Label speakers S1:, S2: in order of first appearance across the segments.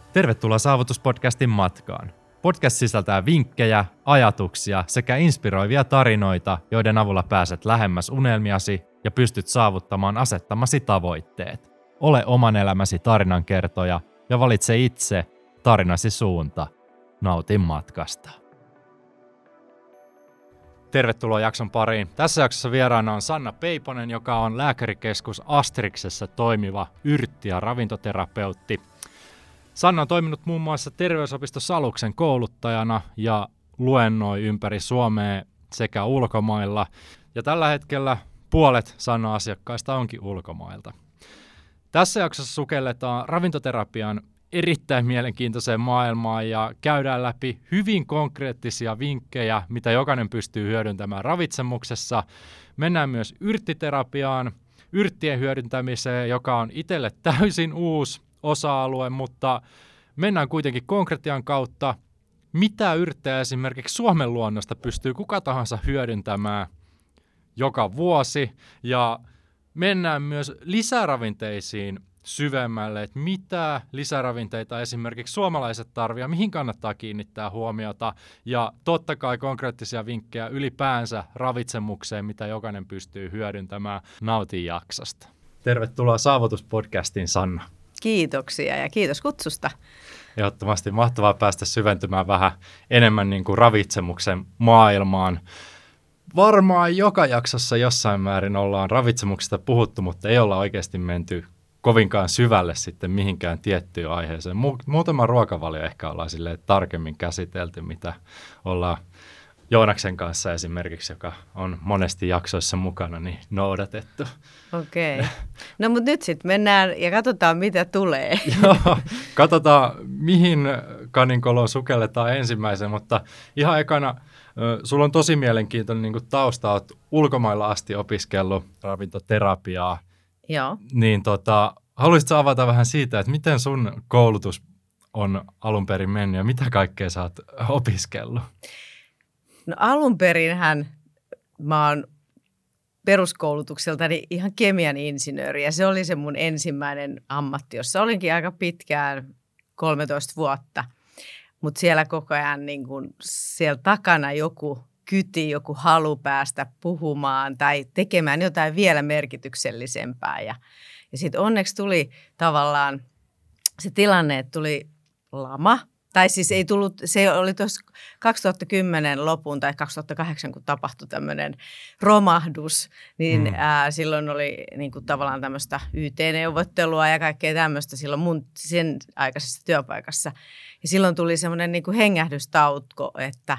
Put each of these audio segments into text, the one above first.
S1: Tervetuloa Saavutuspodcastin matkaan. Podcast sisältää vinkkejä, ajatuksia sekä inspiroivia tarinoita, joiden avulla pääset lähemmäs unelmiasi ja pystyt saavuttamaan asettamasi tavoitteet. Ole oman elämäsi tarinankertoja ja valitse itse tarinasi suunta. Nauti matkasta. Tervetuloa jakson pariin. Tässä jaksossa vieraana on Sanna Peiponen, joka on lääkärikeskus Astriksessa toimiva yrtti- ja ravintoterapeutti. Sanna on toiminut muun muassa Terveysopisto Saluksen kouluttajana ja luennoi ympäri Suomea sekä ulkomailla. Ja tällä hetkellä puolet Sannan asiakkaista onkin ulkomailta. Tässä jaksossa sukelletaan ravintoterapian erittäin mielenkiintoiseen maailmaan ja käydään läpi hyvin konkreettisia vinkkejä, mitä jokainen pystyy hyödyntämään ravitsemuksessa. Mennään myös yrttiterapiaan, yrttien hyödyntämiseen, joka on itselle täysin uusi osa-alue, mutta mennään kuitenkin konkretian kautta, mitä yrttejä esimerkiksi Suomen luonnosta pystyy kuka tahansa hyödyntämään joka vuosi, ja mennään myös lisäravinteisiin syvemmälle, että mitä lisäravinteita esimerkiksi suomalaiset tarvitsevat, mihin kannattaa kiinnittää huomiota, ja totta kai konkreettisia vinkkejä ylipäänsä ravitsemukseen, mitä jokainen pystyy hyödyntämään. Nautin jaksosta. Tervetuloa Saavutuspodcastiin, Sanna.
S2: Kiitoksia ja kiitos kutsusta.
S1: Ehdottomasti mahtavaa päästä syventymään vähän enemmän niin kuin ravitsemuksen maailmaan. Varmaan joka jaksossa jossain määrin ollaan ravitsemuksesta puhuttu, mutta ei olla oikeasti menty kovinkaan syvälle sitten mihinkään tiettyyn aiheeseen. Muutama ruokavalio ehkä ollaan silleen tarkemmin käsitelty, mitä ollaan Joonaksen kanssa esimerkiksi, joka on monesti jaksoissa mukana, niin noudatettu.
S2: Okei. No mutta nyt sitten mennään ja katsotaan, mitä tulee.
S1: Joo, katsotaan mihin kaninkoloon sukelletaan ensimmäisen, mutta ihan ekana, sulla on tosi mielenkiintoinen niin kuin tausta, olet ulkomailla asti opiskellut ravintoterapiaa.
S2: Joo.
S1: Niin haluaisitko avata vähän siitä, että miten sun koulutus on alun perin mennyt ja mitä kaikkea sä oot opiskellut?
S2: No alun perinhän mä oon peruskoulutukseltani ihan kemian insinööri ja se oli se mun ensimmäinen ammatti, jossa olinkin aika pitkään 13 vuotta. Mutta siellä koko ajan niin kun siellä takana joku kyti, joku halu päästä puhumaan tai tekemään jotain vielä merkityksellisempää. Ja sitten onneksi tuli tavallaan se tilanne, että tuli lama. Tai siis ei tullut, se oli tuossa 2010 lopun tai 2008, kun tapahtui tämmöinen romahdus, niin silloin oli niin kuin tavallaan tämmöistä YT-neuvottelua ja kaikkea tämmöistä silloin mun sen aikaisessa työpaikassa. Ja silloin tuli semmoinen niin kuin hengähdystautko, että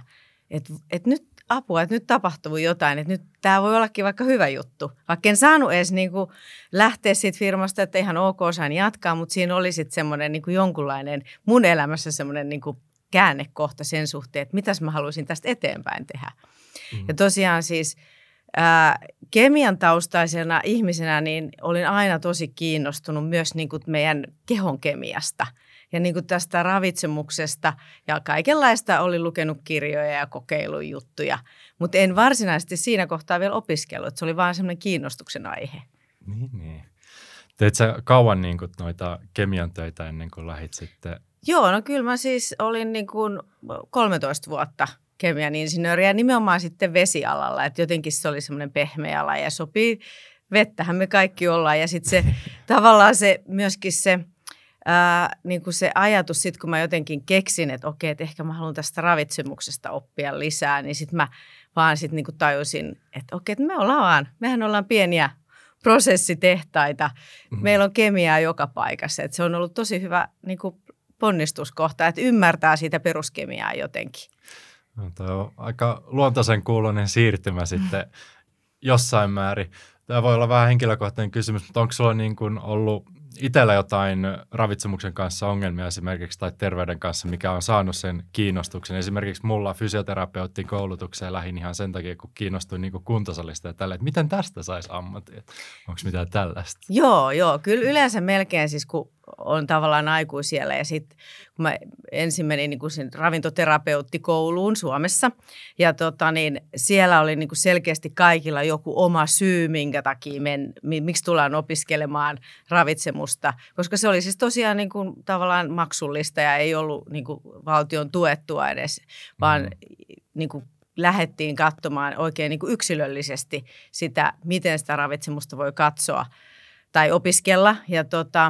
S2: nyt apua, että nyt tapahtuu jotain, että nyt tämä voi ollakin vaikka hyvä juttu. Vaikka en saanut edes niin kuin lähteä siitä firmasta, että ihan ok sain jatkaa, mutta siinä oli sitten semmoinen niin kuin jonkunlainen mun elämässä semmoinen niin kuin käännekohta sen suhteen, että mitäs mä haluaisin tästä eteenpäin tehdä. Ja tosiaan siis kemian taustaisena ihmisenä niin olin aina tosi kiinnostunut myös niin kuin meidän kehon kemiasta. Ja niin kuin tästä ravitsemuksesta ja kaikenlaista olin lukenut kirjoja ja kokeillut juttuja, mutta en varsinaisesti siinä kohtaa vielä opiskellut. Se oli vaan semmoinen kiinnostuksen aihe.
S1: Niin. Teit sä kauan niin kuin noita kemian töitä ennen kuin lähdit sitten?
S2: Joo, no kyllä mä siis olin niin kuin 13 vuotta kemian insinööri ja nimenomaan sitten vesialalla. Että jotenkin se oli semmoinen pehmeä ala ja sopii, vettähän me kaikki ollaan. Ja sitten se tavallaan se myöskin se niin kuin se ajatus, sit kun mä jotenkin keksin, että okei, että ehkä mä haluan tästä ravitsemuksesta oppia lisää, niin sitten mä vaan sit niin kuin tajusin, että okei, että mehän ollaan pieniä prosessitehtaita. Meillä on kemiaa joka paikassa. Että se on ollut tosi hyvä niin kuin ponnistuskohta, että ymmärtää siitä peruskemiaa jotenkin.
S1: No, toi on aika luontaisen kuuloinen siirtymä sitten jossain määrin. Tämä voi olla vähän henkilökohtainen kysymys, mutta onko sulla niin kuin ollut itsellä jotain ravitsemuksen kanssa ongelmia esimerkiksi tai terveyden kanssa, mikä on saanut sen kiinnostuksen? Esimerkiksi mulla fysioterapeutin koulutukseen lähdin ihan sen takia, kun kiinnostuin niin kuin kuntosalista ja tällä, että miten tästä saisi ammatin? Onko mitään tällaista?
S2: Joo, kyllä yleensä melkein siis kun on tavallaan aikuisiellä. Ja sitten kun mä ensin menin niin kuin sen ravintoterapeuttikouluun Suomessa, ja siellä oli niin kuin selkeästi kaikilla joku oma syy, minkä takia miksi tullaan opiskelemaan ravitsemusta, koska se oli siis tosiaan niin kuin tavallaan maksullista ja ei ollut niin kuin valtion tuettua edes, vaan niin kuin lähdettiin katsomaan oikein niin kuin yksilöllisesti sitä, miten sitä ravitsemusta voi katsoa tai opiskella. Ja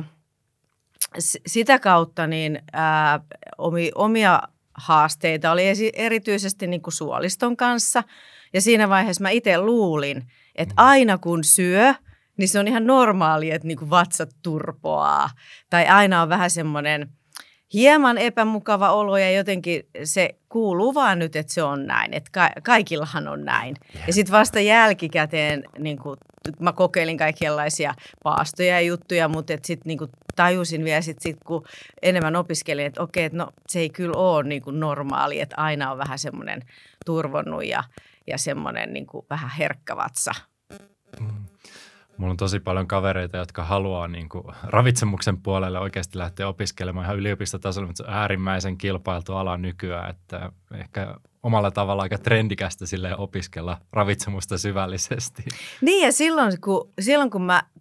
S2: sitä kautta niin, omia haasteita oli erityisesti niin kuin suoliston kanssa. Ja siinä vaiheessa mä itse luulin, että aina kun syö, niin se on ihan normaali, että niin kuin vatsat turpoaa. Tai aina on vähän semmoinen hieman epämukava olo ja jotenkin se kuuluu vaan nyt, että se on näin, että kaikillahan on näin. Ja sitten vasta jälkikäteen niin kuin, mä kokeilin kaikenlaisia paastoja ja juttuja, mutta sitten niin kuin tajusin vielä, kun enemmän opiskelin, että okei, että no, se ei kyllä ole niin kuin normaali, että aina on vähän semmoinen turvonnut ja semmoinen niin kuin vähän herkkä vatsa.
S1: Mulla on tosi paljon kavereita, jotka haluaa niin kuin ravitsemuksen puolelle oikeasti lähteä opiskelemaan ihan yliopistotasolla, mutta se on äärimmäisen kilpailtu ala nykyään, että ehkä omalla tavalla aika trendikästä silleen opiskella ravitsemusta syvällisesti.
S2: Niin ja silloin kun mä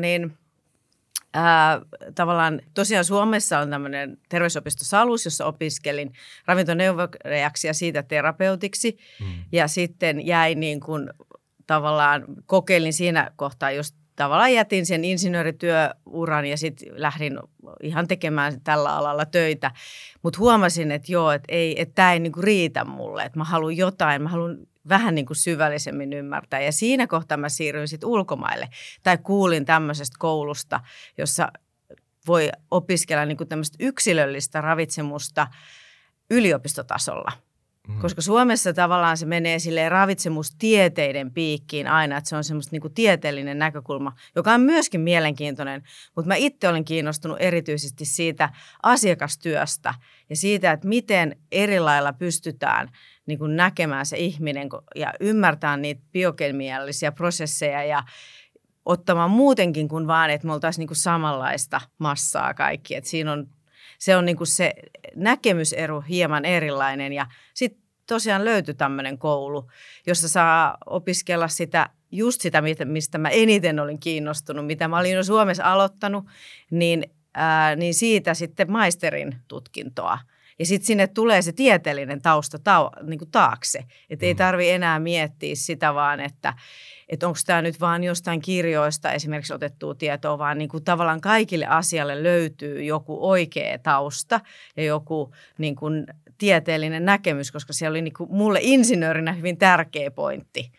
S2: tavallaan tosiaan Suomessa on tämmöinen terveysopisto Salus, jossa opiskelin ravintoneuvojaksi ja siitä terapeutiksi ja sitten jäi niin kuin tavallaan kokeilin siinä kohtaa just tavallaan jätin sen insinöörityöuran ja sitten lähdin ihan tekemään tällä alalla töitä. Mutta huomasin, että joo, että tämä ei niinku riitä mulle, että mä haluan jotain, mä haluan vähän niinku syvällisemmin ymmärtää. Ja siinä kohtaa mä siirryin sitten ulkomaille tai kuulin tämmöisestä koulusta, jossa voi opiskella niinku tämmöistä yksilöllistä ravitsemusta yliopistotasolla. Koska Suomessa tavallaan se menee silleen ravitsemustieteiden piikkiin aina, että se on semmoista niinku tieteellinen näkökulma, joka on myöskin mielenkiintoinen. Mutta mä itse olen kiinnostunut erityisesti siitä asiakastyöstä ja siitä, että miten eri lailla pystytään niinku näkemään se ihminen ja ymmärtämään niitä biokemiallisia prosesseja ja ottamaan muutenkin kuin vaan, että me oltaisiin niinku samanlaista massaa kaikki. Et siinä on se on niinku se näkemysero hieman erilainen ja sitten tosiaan löytyi tämmöinen koulu, jossa saa opiskella just sitä, mistä mä eniten olin kiinnostunut, mitä mä olin jo Suomessa aloittanut, niin siitä sitten maisterin tutkintoa. Ja sitten sinne tulee se tieteellinen tausta niinku taakse, että ei tarvitse enää miettiä sitä vaan, että onko tämä nyt vaan jostain kirjoista esimerkiksi otettua tietoa, vaan niin kuin tavallaan kaikille asialle löytyy joku oikea tausta ja joku niin kuin tieteellinen näkemys, koska se oli niin kuin mulle insinöörinä hyvin tärkeä pointti.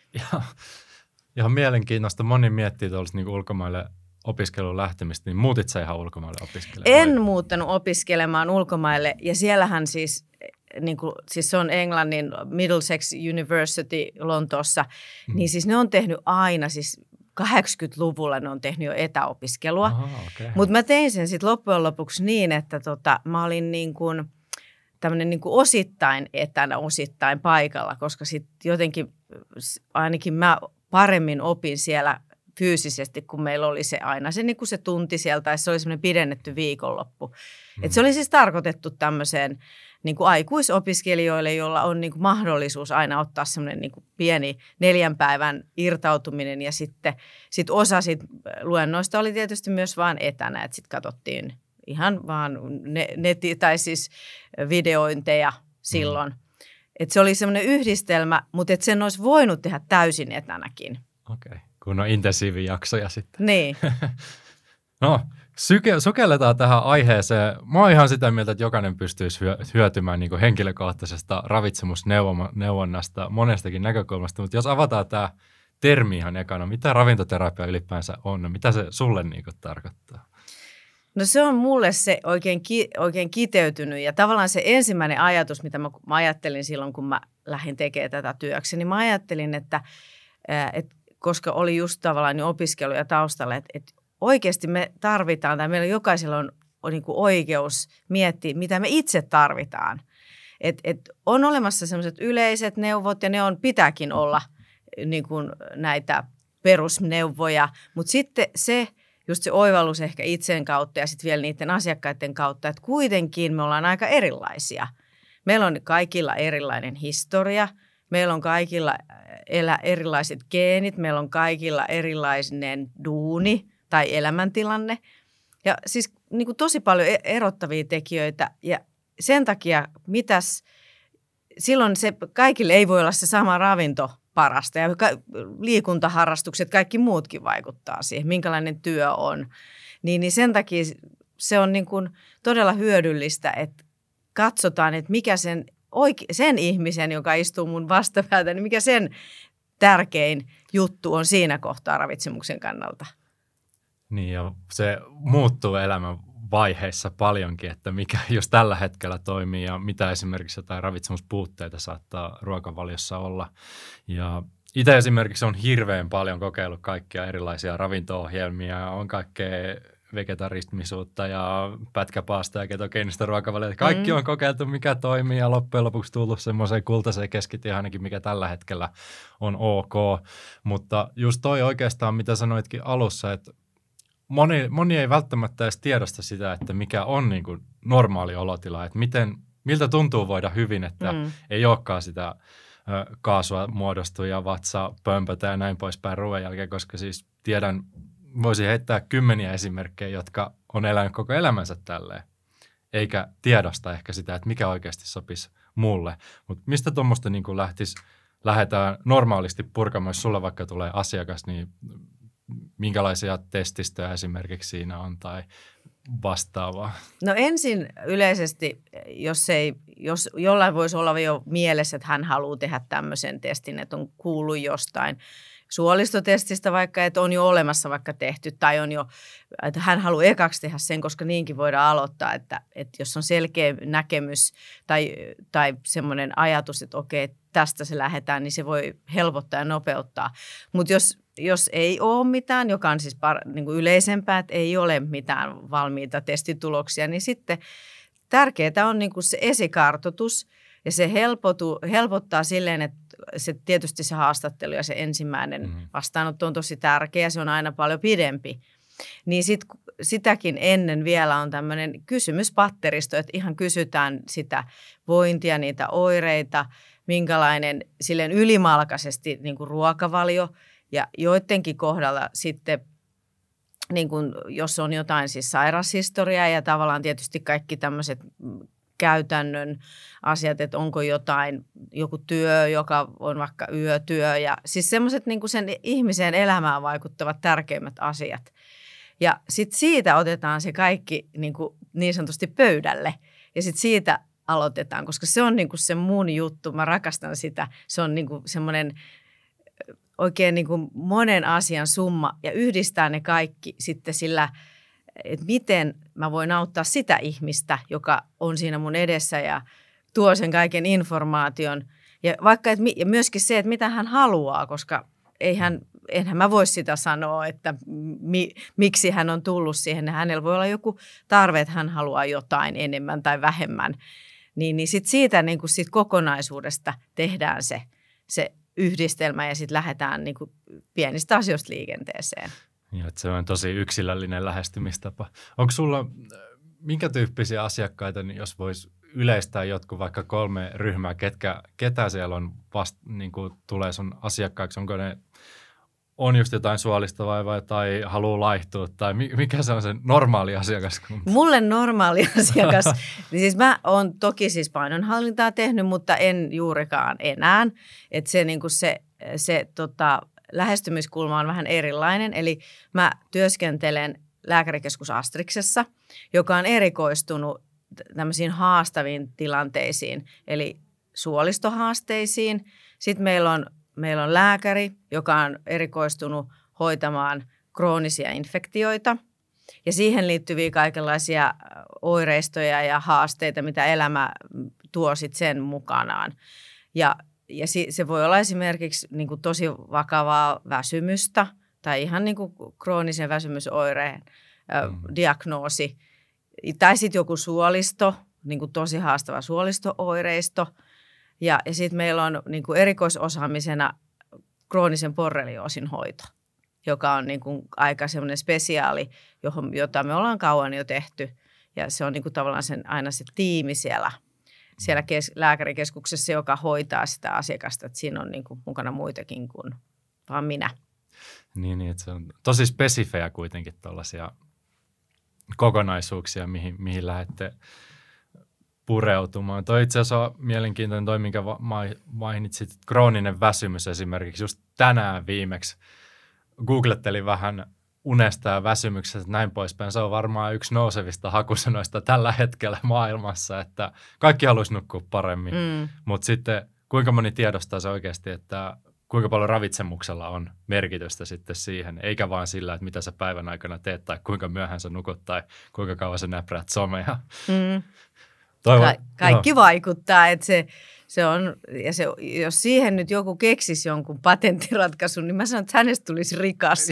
S1: Ihan mielenkiintoista. Moni miettii tuollaista niin kuin ulkomaille opiskelun lähtemistä, niin muutit sä ihan ulkomaille opiskelemaan?
S2: En muuttanut opiskelemaan ulkomaille ja siellähän siis se on Englannin Middlesex University Lontoossa, niin siis ne on tehnyt aina, siis 80-luvulla ne on tehnyt jo etäopiskelua. Mutta mä tein sen sitten loppujen lopuksi niin, että mä olin niin kuin tämmöinen niin kuin osittain etänä, osittain paikalla, koska sitten jotenkin ainakin mä paremmin opin siellä fyysisesti, kun meillä oli se aina se, niin kuin se tunti sieltä, tai se oli semmoinen pidennetty viikonloppu. Et se oli siis tarkoitettu tämmöiseen niin kuin aikuisopiskelijoille, joilla on niin kuin mahdollisuus aina ottaa semmoinen niin kuin pieni 4 päivän irtautuminen ja sitten osa luennoista oli tietysti myös vaan etänä, että sitten katsottiin ihan vaan tai siis videointeja silloin. Että se oli semmoinen yhdistelmä, mutta että sen olisi voinut tehdä täysin etänäkin.
S1: Okei, kun on intensiivijaksoja sitten.
S2: Niin.
S1: No, sukelletaan tähän aiheeseen. Mä oon ihan sitä mieltä, että jokainen pystyisi hyötymään niin kuin henkilökohtaisesta ravitsemusneuvonnasta monestakin näkökulmasta, mutta jos avataan tämä termi ihan ekana, mitä ravintoterapia ylipäänsä on, mitä se sulle niin kuin tarkoittaa?
S2: No se on mulle se oikein kiteytynyt ja tavallaan se ensimmäinen ajatus, mitä mä ajattelin silloin, kun mä lähdin tekemään tätä työksi, niin mä ajattelin, että koska oli just tavallaan opiskeluja taustalla, että oikeasti me tarvitaan, tai meillä jokaisella on niin kuin oikeus miettiä, mitä me itse tarvitaan. Et on olemassa sellaiset yleiset neuvot, ja ne pitääkin olla niin kuin näitä perusneuvoja, mutta sitten se, just se oivallus ehkä itseen kautta ja sitten vielä niiden asiakkaiden kautta, että kuitenkin me ollaan aika erilaisia. Meillä on kaikilla erilainen historia, meillä on kaikilla erilaiset geenit, meillä on kaikilla erilainen duuni tai elämäntilanne. Ja siis niin kuin tosi paljon erottavia tekijöitä ja sen takia silloin se kaikille ei voi olla se sama ravinto parasta ja liikuntaharrastukset, kaikki muutkin vaikuttaa siihen, minkälainen työ on. Niin sen takia se on niin kuin todella hyödyllistä, että katsotaan, että mikä sen ihmisen, joka istuu mun vastapäätä, niin mikä sen tärkein juttu on siinä kohtaa ravitsemuksen kannalta.
S1: Niin ja se muuttuu elämän vaiheissa paljonkin, että mikä jos tällä hetkellä toimii ja mitä esimerkiksi jotain ravitsemuspuutteita saattaa ruokavaliossa olla. Ja itse esimerkiksi on hirveän paljon kokeillut kaikkia erilaisia ravinto-ohjelmia, on kaikkea vegetarismisuutta ja pätkäpaasta ja ketogeenistä ruokavaliota. Kaikki on kokeiltu, mikä toimii ja loppujen lopuksi tullut semmoiseen kultaiseen keskityön ainakin, mikä tällä hetkellä on ok. Mutta just toi oikeastaan, mitä sanoitkin alussa, että moni ei välttämättä edes tiedosta sitä, että mikä on niin kuin normaali olotila, että miltä tuntuu voida hyvin, että ei olekaan sitä kaasua muodostu ja vatsa pömpötä ja näin poispäin ruoan jälkeen, koska siis voisin heittää 10 esimerkkejä, jotka on elänyt koko elämänsä tälleen, eikä tiedosta ehkä sitä, että mikä oikeasti sopisi mulle. Mutta mistä tuommoista niin kuin lähdetään normaalisti purkamaan, jos sulle vaikka tulee asiakas, niin minkälaisia testistöjä esimerkiksi siinä on tai vastaavaa?
S2: No ensin yleisesti, jos jollain voisi olla jo mielessä, että hän haluaa tehdä tämmöisen testin, että on kuullut jostain suolistotestistä vaikka, että on jo olemassa vaikka tehty tai on jo, että hän haluaa ekaksi tehdä sen, koska niinkin voidaan aloittaa, että jos on selkeä näkemys tai semmoinen ajatus, että okei, tästä se lähdetään, niin se voi helpottaa ja nopeuttaa. Mutta jos ei ole mitään, joka on siis niin kuin yleisempää, että ei ole mitään valmiita testituloksia, niin sitten tärkeää on niin kuin se esikartoitus ja se helpottaa silleen, että tietysti se haastattelu ja se ensimmäinen vastaanotto on tosi tärkeä, se on aina paljon pidempi. Niin sitäkin ennen vielä on tämmöinen kysymyspatteristo, että ihan kysytään sitä vointia, niitä oireita, minkälainen silleen ylimalkaisesti niin kuin ruokavalio ja joidenkin kohdalla sitten, niin kuin, jos on jotain siis sairaushistoriaa ja tavallaan tietysti kaikki tämmöiset käytännön asiat, että onko joku työ, joka on vaikka yötyö ja siis semmoiset niin kuin sen ihmisen elämään vaikuttavat tärkeimmät asiat. Ja sitten siitä otetaan se kaikki niin sanotusti pöydälle ja sitten siitä aloitetaan, koska se on niin kuin se mun juttu, mä rakastan sitä, se on niin kuin semmoinen oikein niin kuin monen asian summa ja yhdistää ne kaikki sitten sillä, että miten mä voin auttaa sitä ihmistä, joka on siinä mun edessä ja tuo sen kaiken informaation. Ja vaikka ja myöskin se, että mitä hän haluaa, koska enhän mä voi sitä sanoa, että miksi hän on tullut siihen. Hänellä voi olla joku tarve, että hän haluaa jotain enemmän tai vähemmän. Niin sit siitä niin kuin sit kokonaisuudesta tehdään se yhdistelmä ja sitten lähdetään niin kuin pienistä asioista liikenteeseen.
S1: Ja, että se on tosi yksilöllinen lähestymistapa. Onko sulla minkä tyyppisiä asiakkaita, niin jos voisi yleistää jotkut vaikka 3 ryhmää, ketä siellä on niin kuin tulee sun asiakkaaksi? Onko ne on just jotain suolistovaivaa tai haluaa laihtua tai mikä se on se normaali asiakas?
S2: Mulle normaali asiakas, niin siis mä oon toki siis painonhallintaa tehnyt, mutta en juurikaan enää. Että se, niin kuin se lähestymiskulma on vähän erilainen. Eli mä työskentelen lääkärikeskus Astriksessa, joka on erikoistunut tämmöisiin haastaviin tilanteisiin, eli suolistohaasteisiin. Sitten meillä on lääkäri, joka on erikoistunut hoitamaan kroonisia infektioita ja siihen liittyviä kaikenlaisia oireistoja ja haasteita, mitä elämä tuo sitten sen mukanaan. Ja se voi olla esimerkiksi niin kuin tosi vakavaa väsymystä tai ihan niin kuin kroonisen väsymysoireen diagnoosi. Tai sitten joku suolisto, niin kuin tosi haastava suolisto-oireisto. Ja sitten meillä on niin kuin erikoisosaamisena kroonisen borrelioosin hoito. joka on niin kuin aika semmoinen spesiaali, jota me ollaan kauan jo tehty. Ja se on niin kuin tavallaan aina se tiimi siellä lääkärikeskuksessa, joka hoitaa sitä asiakasta. Että siinä on niin kuin mukana muitakin kuin vaan minä.
S1: Niin, että se on tosi spesifejä kuitenkin tuollaisia kokonaisuuksia, mihin lähdette pureutumaan. Toi itse asiassa on mielenkiintoinen toi, minkä mainitsit, krooninen väsymys esimerkiksi. Just tänään viimeksi googlettelin vähän unesta ja väsymyksestä näin poispäin. Se on varmaan yksi nousevista hakusanoista tällä hetkellä maailmassa, että kaikki haluaisi nukkua paremmin. Mutta sitten kuinka moni tiedostaa se oikeasti, että kuinka paljon ravitsemuksella on merkitystä sitten siihen, eikä vaan sillä, että mitä sä päivän aikana teet tai kuinka myöhään sä nukut tai kuinka kauan sä näpräät somea.
S2: Kaikki vaikuttaa, että se on, ja jos siihen nyt joku keksisi jonkun patenttiratkaisun, niin mä sanon, että hänestä tulisi rikas.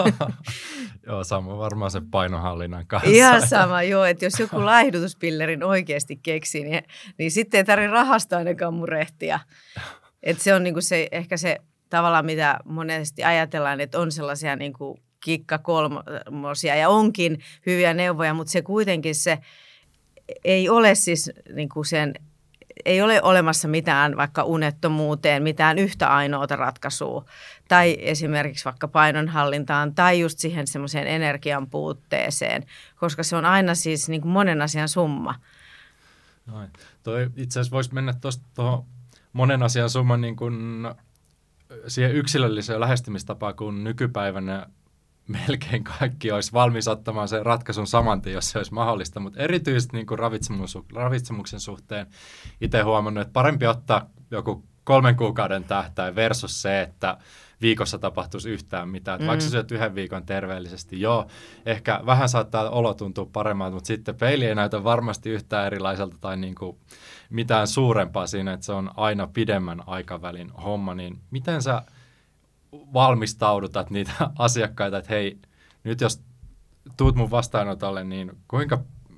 S1: Joo, sama varmaan sen painonhallinnan kanssa.
S2: Ihan sama, joo, että jos joku laihdutuspillerin oikeasti keksii, niin sitten ei tarvitse rahasta ainakaan murehtia. Että se on niinku ehkä se tavallaan, mitä monesti ajatellaan, että on sellaisia niinku kikkakolmosia ja onkin hyviä neuvoja, mutta se kuitenkin se ei ole siis niinku ei ole olemassa mitään vaikka unettomuuteen, mitään yhtä ainoata ratkaisua. Tai esimerkiksi vaikka painonhallintaan tai just siihen semmoiseen energian puutteeseen, koska se on aina siis niin kuin monen asian summa.
S1: Noin. Toi itse asiassa voisi mennä tuohon monen asian summan niin kuin siihen yksilölliseen lähestymistapaan, kun nykypäivänä melkein kaikki olisi valmis ottamaan sen ratkaisun saman tien, jos se olisi mahdollista, mutta erityisesti niin kuin ravitsemuksen suhteen itse huomannut, että parempi ottaa joku 3 kuukauden tähtäin versus se, että viikossa tapahtuisi yhtään mitään. Vaikka sä syöt 1 viikon terveellisesti, joo, ehkä vähän saattaa olo tuntua paremmalta, mutta sitten peili ei näytä varmasti yhtään erilaiselta tai niin kuin mitään suurempaa siinä, että se on aina pidemmän aikavälin homma, niin miten sä valmistaudutat niitä asiakkaita, että hei, nyt jos tuut mun vastaanotolle, niin kuinka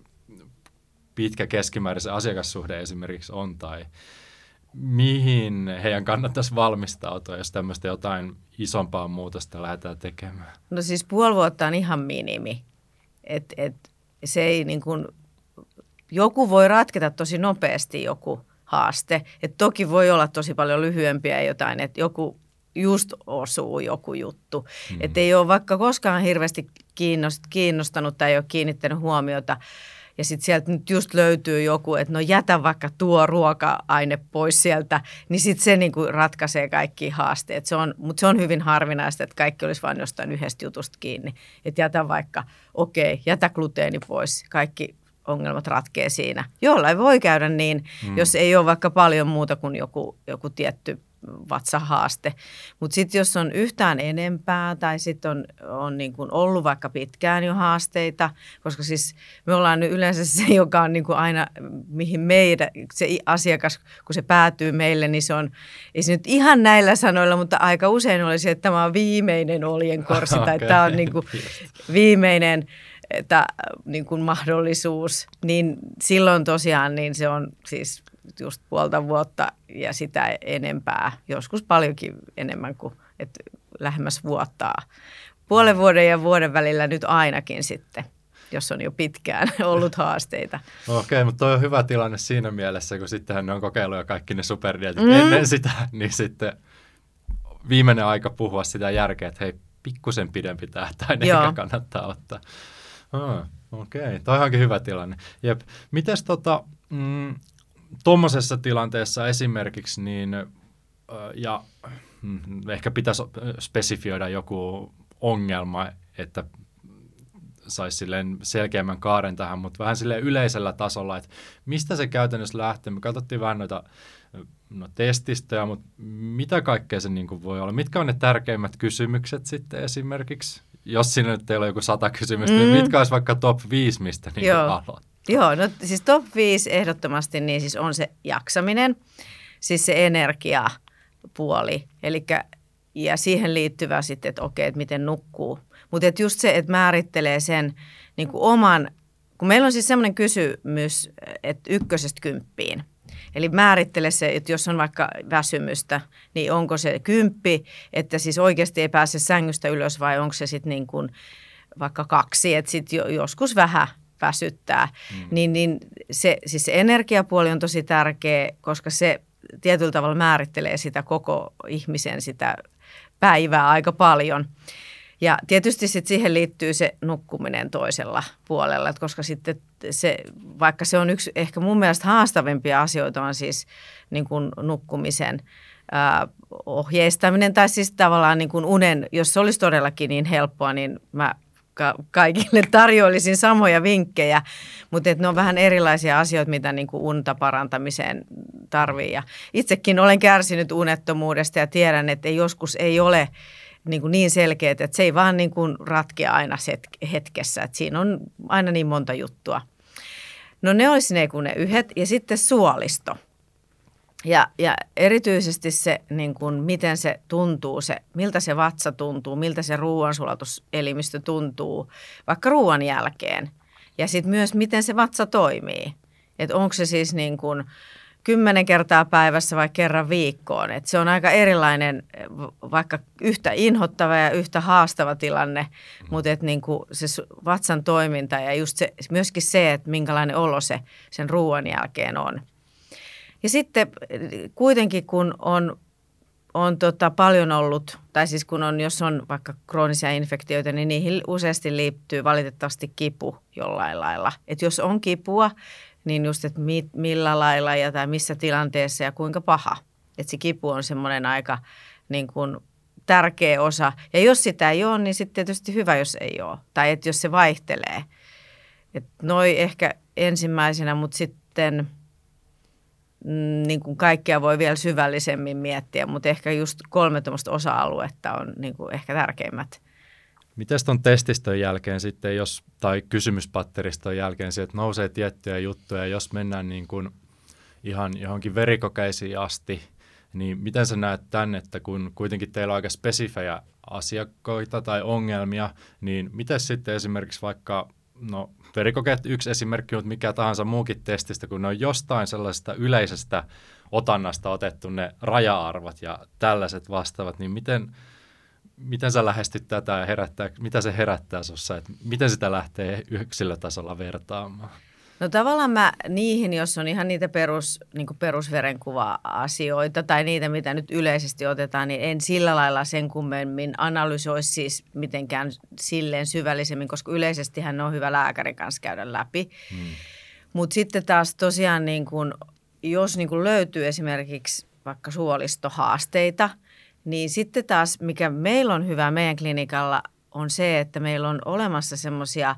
S1: pitkä keskimäärin se asiakassuhde esimerkiksi on, tai mihin heidän kannattaisi valmistautua, jos tämmöistä jotain isompaa muutosta lähdetään tekemään?
S2: No siis 5 vuotta on ihan minimi. Se ei niin kuin, joku voi ratketa tosi nopeasti joku haaste. Et toki voi olla tosi paljon lyhyempiä jotain, että joku just osuu joku juttu. Että ei ole vaikka koskaan hirveästi kiinnostanut tai ei ole kiinnittänyt huomiota. Ja sitten sieltä nyt just löytyy joku, että no jätä vaikka tuo ruoka-aine pois sieltä, niin sitten se niinku ratkaisee kaikki haasteet. Mutta se on hyvin harvinaista, että kaikki olisi vain jostain yhdestä jutusta kiinni. Että jätä vaikka, jätä gluteeni pois, kaikki ongelmat ratkee siinä. Jollain voi käydä niin, jos ei ole vaikka paljon muuta kuin joku tietty vatsahaaste. Mutta sitten jos on yhtään enempää tai sitten on niin kuin ollut vaikka pitkään jo haasteita, koska siis me ollaan nyt yleensä se, joka on niin kuin aina, mihin meidän, se asiakas, kun se päätyy meille, niin se on, ei se nyt ihan näillä sanoilla, mutta aika usein oli se, että tämä on viimeinen oljenkorsi tai tämä on niin kuin viimeinen niin kuin mahdollisuus, niin silloin tosiaan niin se on siis just 5 vuotta ja sitä enempää, joskus paljonkin enemmän kuin että lähemmäs vuottaa. 0,5 vuoden ja vuoden välillä nyt ainakin sitten, jos on jo pitkään ollut haasteita.
S1: Okei, mutta toi on hyvä tilanne siinä mielessä, kun sittenhän ne on kokeillut jo kaikki ne superdietit ennen sitä, niin sitten viimeinen aika puhua sitä järkeä, että hei, pikkusen pidempi tähtäin ehkä kannattaa ottaa. Okei, toi onkin hyvä tilanne. Jep. Mites tuommoisessa tilanteessa esimerkiksi, niin, ja ehkä pitäisi spesifioida joku ongelma, että saisi silleen selkeämmän kaaren tähän, mutta vähän silleen yleisellä tasolla, että mistä se käytännössä lähtee. Me katsottiin vähän noita testistöjä, mutta mitä kaikkea se niin kuin voi olla? Mitkä on ne tärkeimmät kysymykset sitten esimerkiksi? Jos siinä nyt ei ole joku 100 kysymystä, niin mitkä olisi vaikka top 5, mistä niin aloittaa?
S2: Joo, no siis top 5 ehdottomasti niin siis on se jaksaminen, siis se energiapuoli, ja siihen liittyvä sitten, että okei, että miten nukkuu. Mutta just se, että määrittelee sen niin kuin oman, kun meillä on siis semmoinen kysymys, että 1–10, Eli määrittele se, että jos on vaikka väsymystä, niin onko se 10, että siis oikeasti ei pääse sängystä ylös vai onko se sitten niin kuin vaikka 2, että sitten joskus vähän väsyttää. Niin se energiapuoli on tosi tärkeä, koska se tietyllä tavalla määrittelee sitä koko ihmisen sitä päivää aika paljon. Ja tietysti sitten siihen liittyy se nukkuminen toisella puolella, että koska sitten se, vaikka se on yksi ehkä mun mielestä haastavimpia asioita on siis niin kuin nukkumisen ohjeistaminen tai siis tavallaan niin kuin unen, jos se olisi todellakin niin helppoa, niin mä kaikille tarjoilisin samoja vinkkejä, mutta ne on vähän erilaisia asioita, mitä niin kuin unta parantamiseen tarvii. Ja itsekin olen kärsinyt unettomuudesta ja tiedän, että joskus ei ole niin selkeää, että se ei vaan niin kuin ratkea aina hetkessä, että siinä on aina niin monta juttua. No ne olisi ne yhdet ja sitten suolisto. Ja erityisesti se, niin kuin, miten se tuntuu, miltä se vatsa tuntuu, miltä se ruoansulatuselimistö tuntuu vaikka ruoan jälkeen. Ja sitten myös, miten se vatsa toimii. Että onko se siis niin kuin 10 kertaa päivässä vai kerran viikkoon. Että se on aika erilainen, vaikka yhtä inhottava ja yhtä haastava tilanne, mutta että niin kuin se vatsan toiminta ja just se, myöskin se, että minkälainen olo se sen ruoan jälkeen on. Ja sitten kuitenkin, kun on paljon ollut, tai siis jos on vaikka kroonisia infektioita, niin niihin useasti liittyy valitettavasti kipu jollain lailla. Että jos on kipua, niin just, että millä lailla ja tai missä tilanteessa ja kuinka paha. Että se kipu on semmoinen aika niin kuin tärkeä osa. Ja jos sitä ei ole, niin sitten tietysti hyvä, jos ei ole. Tai että jos se vaihtelee. Että noi ehkä ensimmäisenä, mutta sitten niin kuin kaikkea voi vielä syvällisemmin miettiä, mutta ehkä just 3 osa-aluetta on niin kuin ehkä tärkeimmät.
S1: Miten tuon testiston jälkeen sitten, tai kysymyspatteriston jälkeen sieltä nousee tiettyjä juttuja, jos mennään niin kuin ihan johonkin verikokeisiin asti, niin miten sä näet tämän, että kun kuitenkin teillä on aika spesifejä asiakkaita tai ongelmia, niin miten sitten esimerkiksi vaikka, verikokeet yksi esimerkki, mutta mikä tahansa muukin testistä, kun ne on jostain sellaisesta yleisestä otannasta otettu ne raja-arvot ja tällaiset vastaavat, niin miten sä lähestyt tätä ja mitä se herättää sussa, että miten sitä lähtee yksilötasolla vertaamaan?
S2: No tavallaan mä niihin, jos on ihan niitä perusverenkuva-asioita tai niitä, mitä nyt yleisesti otetaan, niin en sillä lailla sen kummemmin analysoisi siis mitenkään silleen syvällisemmin, koska yleisestihän on hyvä lääkärin kanssa käydä läpi. Mutta sitten taas tosiaan, niin kun, jos niin kun löytyy esimerkiksi vaikka suolistohaasteita, niin sitten taas, mikä meillä on hyvä meidän klinikalla, on se, että meillä on olemassa semmoisia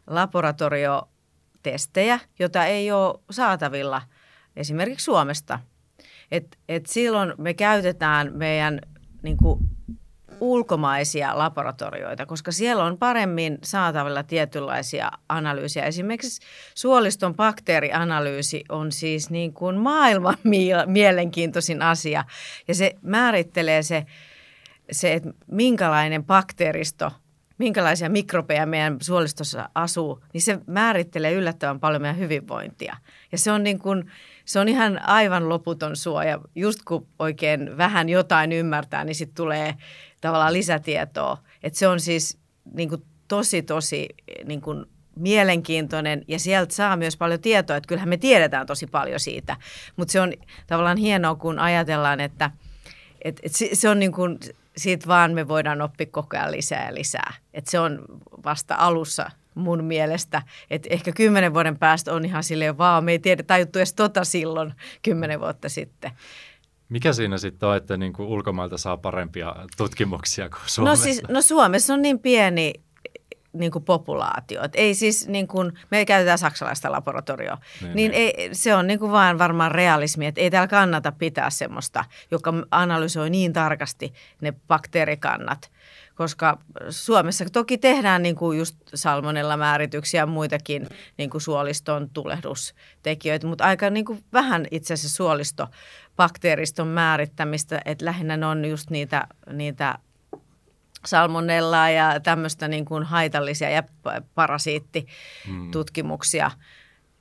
S2: laboratoriotestejä, jota ei ole saatavilla esimerkiksi Suomesta. Et silloin me käytetään meidän niin kuin ulkomaisia laboratorioita, koska siellä on paremmin saatavilla tietynlaisia analyysiä. Esimerkiksi suoliston bakteerianalyysi on siis niin kuin maailman mielenkiintoisin asia. Ja se määrittelee se että minkälainen bakteeristo, minkälaisia mikrobeja meidän suolistossa asuu, niin se määrittelee yllättävän paljon meidän hyvinvointia. Ja se on, niin kuin, se on ihan aivan loputon suoja. Just kun oikein vähän jotain ymmärtää, niin sitten tulee tavallaan lisätietoa. Että se on siis niin kuin tosi niin kuin mielenkiintoinen ja sieltä saa myös paljon tietoa, että kyllähän me tiedetään tosi paljon siitä. Mutta se on tavallaan hienoa, kun ajatellaan, että se on niin kuin, siitä vaan me voidaan oppia koko ajan lisää ja lisää. Että se on vasta alussa mun mielestä, että ehkä 10 vuoden päästä on ihan silleen, me ei tiedä tajuttu edes silloin 10 vuotta sitten.
S1: Mikä siinä sitten on, että niin kuin ulkomailta saa parempia tutkimuksia kuin Suomessa?
S2: No Suomessa on niin pieni niin kuin populaatio. Et ei siis niin kuin, me käytetään saksalaista laboratorioa, niin ei, se on niin kuin vaan varmaan realismi, että ei täällä kannata pitää semmoista, joka analysoi niin tarkasti ne bakteerikannat, koska Suomessa toki tehdään niin kuin just salmonella-määrityksiä ja muitakin niin kuin suoliston tulehdustekijöitä, mutta aika niin kuin vähän itse asiassa suolistobakteeriston määrittämistä, että lähinnä ne on just niitä salmonellaa ja tämmöistä niin kuin haitallisia ja parasiittitutkimuksia.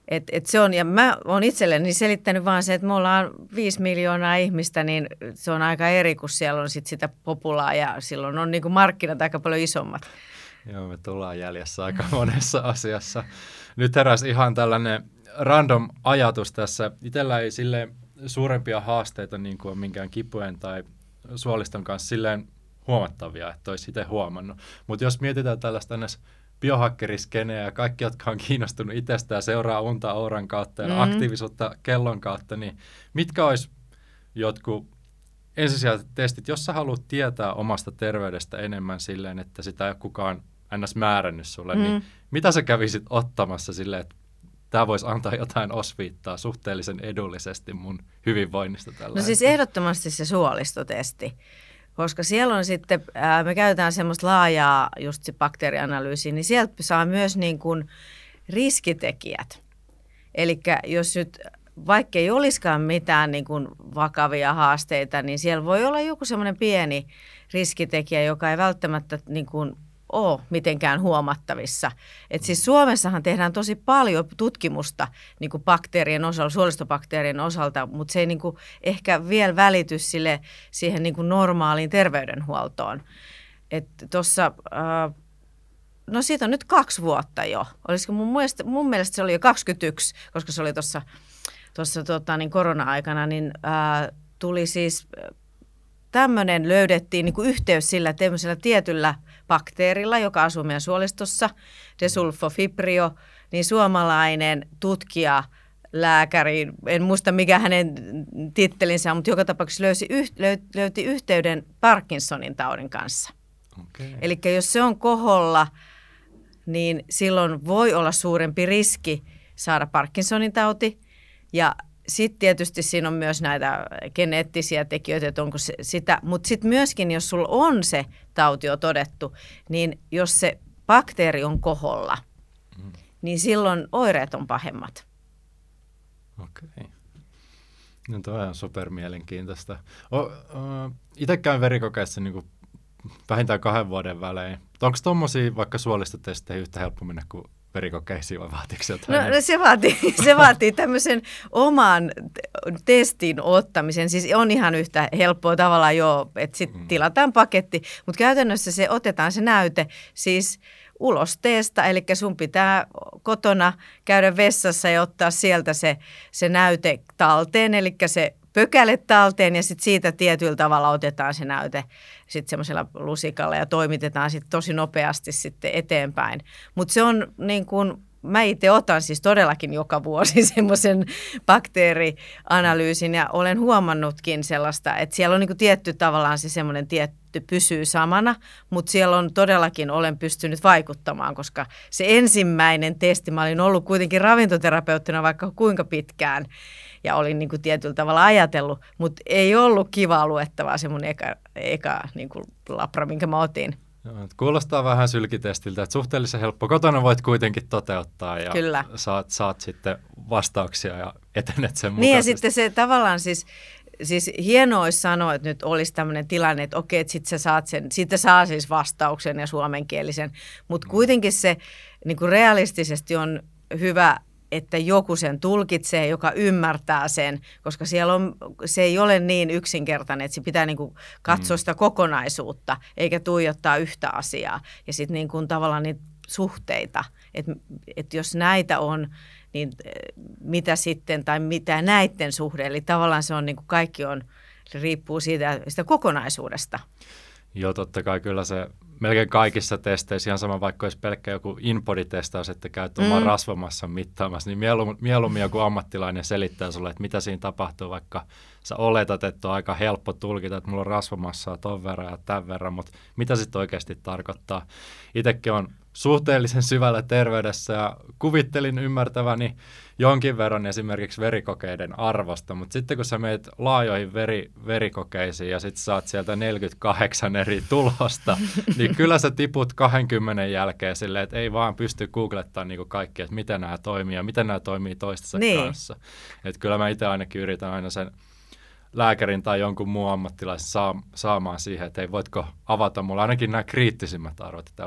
S2: Et se on, ja mä oon itselleni selittänyt vaan se, että me ollaan 5 miljoonaa ihmistä, niin se on aika eri, kun siellä on sit sitä populaa ja silloin on niinku markkinat aika paljon isommat.
S1: Joo, me tullaan jäljessä aika monessa asiassa. Nyt heräsi ihan tällainen random ajatus tässä. Itsellä ei silleen suurempia haasteita niin kuin minkään kipujen tai suoliston kanssa silleen huomattavia, että olisi itse huomannut. Mutta jos mietitään tällaista biohakkeriskeneä ja kaikki, jotka on kiinnostunut itsestään, seuraa unta auran kautta ja aktiivisuutta kellon kautta, niin mitkä olisi jotkut ensisijaiset testit, jos sä haluat tietää omasta terveydestä enemmän silleen, että sitä ei ole kukaan ns. Määrännyt sulle, niin mitä sä kävisit ottamassa silleen, että tämä voisi antaa jotain osviittaa suhteellisen edullisesti mun hyvinvoinnista tällä
S2: No siis ehdottomasti se suolistotesti, koska siellä on sitten, me käytetään semmoista laajaa just se bakteerianalyysiä, niin sieltä saa myös niin kuin riskitekijät. Eli jos nyt vaikka ei olisikaan mitään niin kuin vakavia haasteita, niin siellä voi olla joku semmoinen pieni riskitekijä, joka ei välttämättä niin kuin ole mitenkään huomattavissa. Et siis Suomessahan tehdään tosi paljon tutkimusta niin kuin bakteerien osalta, suolistobakteerien osalta, mutta se ei niin kuin ehkä vielä välity siihen niin kuin normaaliin terveydenhuoltoon. Tuossa, no siitä on nyt 2 vuotta jo. Olisiko mun mielestä se oli jo 21, koska se oli tuossa niin korona-aikana, niin tuli siis tämmöinen, löydettiin niin kuin yhteys sillä tämmöisellä tietyllä bakteerilla, joka asuu meidän suolistossa, desulfofibrio, niin suomalainen tutkija, lääkäri, en muista mikä hänen tittelinsä on, mutta joka tapauksessa löyti yhteyden Parkinsonin taudin kanssa. Okay. Eli jos se on koholla, niin silloin voi olla suurempi riski saada Parkinsonin tauti. Ja sitten tietysti siinä on myös näitä geneettisiä tekijöitä, että onko se sitä, mutta sitten myöskin, jos sulla on se tauti jo todettu, niin jos se bakteeri on koholla, niin silloin oireet on pahemmat.
S1: Okei. No toi on supermielenkiintoista. Itse käyn verikokeissa niin kuin vähintään 2 vuoden välein. Onko tuommoisia vaikka suolistotestejä yhtä helppo mennä kuin verikokeisiin vai vaatiiko se jotain?
S2: No se vaatii tämmöisen oman testin ottamisen. Siis on ihan yhtä helppoa tavallaan jo, että sitten tilataan paketti, mutta käytännössä se otetaan se näyte siis ulos teesta, eli sun pitää kotona käydä vessassa ja ottaa sieltä se näyte talteen, eli se pökäle talteen ja sitten siitä tietyllä tavalla otetaan se näyte sitten semmoisella lusikalla ja toimitetaan sitten tosi nopeasti sitten eteenpäin. Mutta se on niin kuin, mä itse otan siis todellakin joka vuosi semmoisen bakteerianalyysin ja olen huomannutkin sellaista, että siellä on niin kuin tietty tavallaan se semmoinen tietty pysyy samana, mutta siellä on todellakin, olen pystynyt vaikuttamaan, koska se ensimmäinen testi, mä olin ollut kuitenkin ravintoterapeuttina vaikka kuinka pitkään, ja olin niin kuin tietyllä tavalla ajatellut, mutta ei ollut kivaa luettavaa se mun eka niin kuin labra, minkä mä otin.
S1: Joo, kuulostaa vähän sylkitestiltä, että suhteellisen helppo. Kotona voit kuitenkin toteuttaa ja
S2: Kyllä.
S1: Saat sitten vastauksia ja etenet sen mukaisesti.
S2: Niin ja sitten se tavallaan siis hienoa olisi sanoa, että nyt olisi tämmöinen tilanne, että okei, että sitten saa siis vastauksen ja suomenkielisen, mutta kuitenkin se niin kuin realistisesti on hyvä, että joku sen tulkitsee, joka ymmärtää sen, koska se ei ole niin yksinkertainen, että se pitää niin kuin katsoa sitä kokonaisuutta, eikä tuijottaa yhtä asiaa. Ja sitten niin kuin tavallaan niitä suhteita, että jos näitä on, niin mitä sitten, tai mitä näiden suhde, eli tavallaan se on niin kuin kaikki se riippuu sitä kokonaisuudesta.
S1: Joo, totta kai kyllä se melkein kaikissa testeissä, ihan sama vaikka olisi pelkkä joku InBody-testaus, että käyt oman rasvamassan mittaamassa, niin mieluummin joku ammattilainen selittää sulle, että mitä siinä tapahtuu, vaikka sä oletat, että on aika helppo tulkita, että mulla on rasvamassaa ton verran ja tämän verran, mutta mitä sitten oikeasti tarkoittaa. Itsekin on suhteellisen syvällä terveydessä ja kuvittelin ymmärtäväni jonkin verran esimerkiksi verikokeiden arvosta, mutta sitten kun sä meet laajoihin verikokeisiin ja sitten saat sieltä 48 eri tulosta, niin kyllä sä tiput 20 jälkeen silleen, että ei vaan pysty googlettamaan niinku kaikki, että miten nämä toimii ja miten nämä toimii toistensa kanssa. Että kyllä mä itse ainakin yritän aina sen lääkärin tai jonkun muun ammattilaisen saamaan siihen, että ei voitko avata mulle ainakin nämä kriittisimmät arvot. Täällä nyt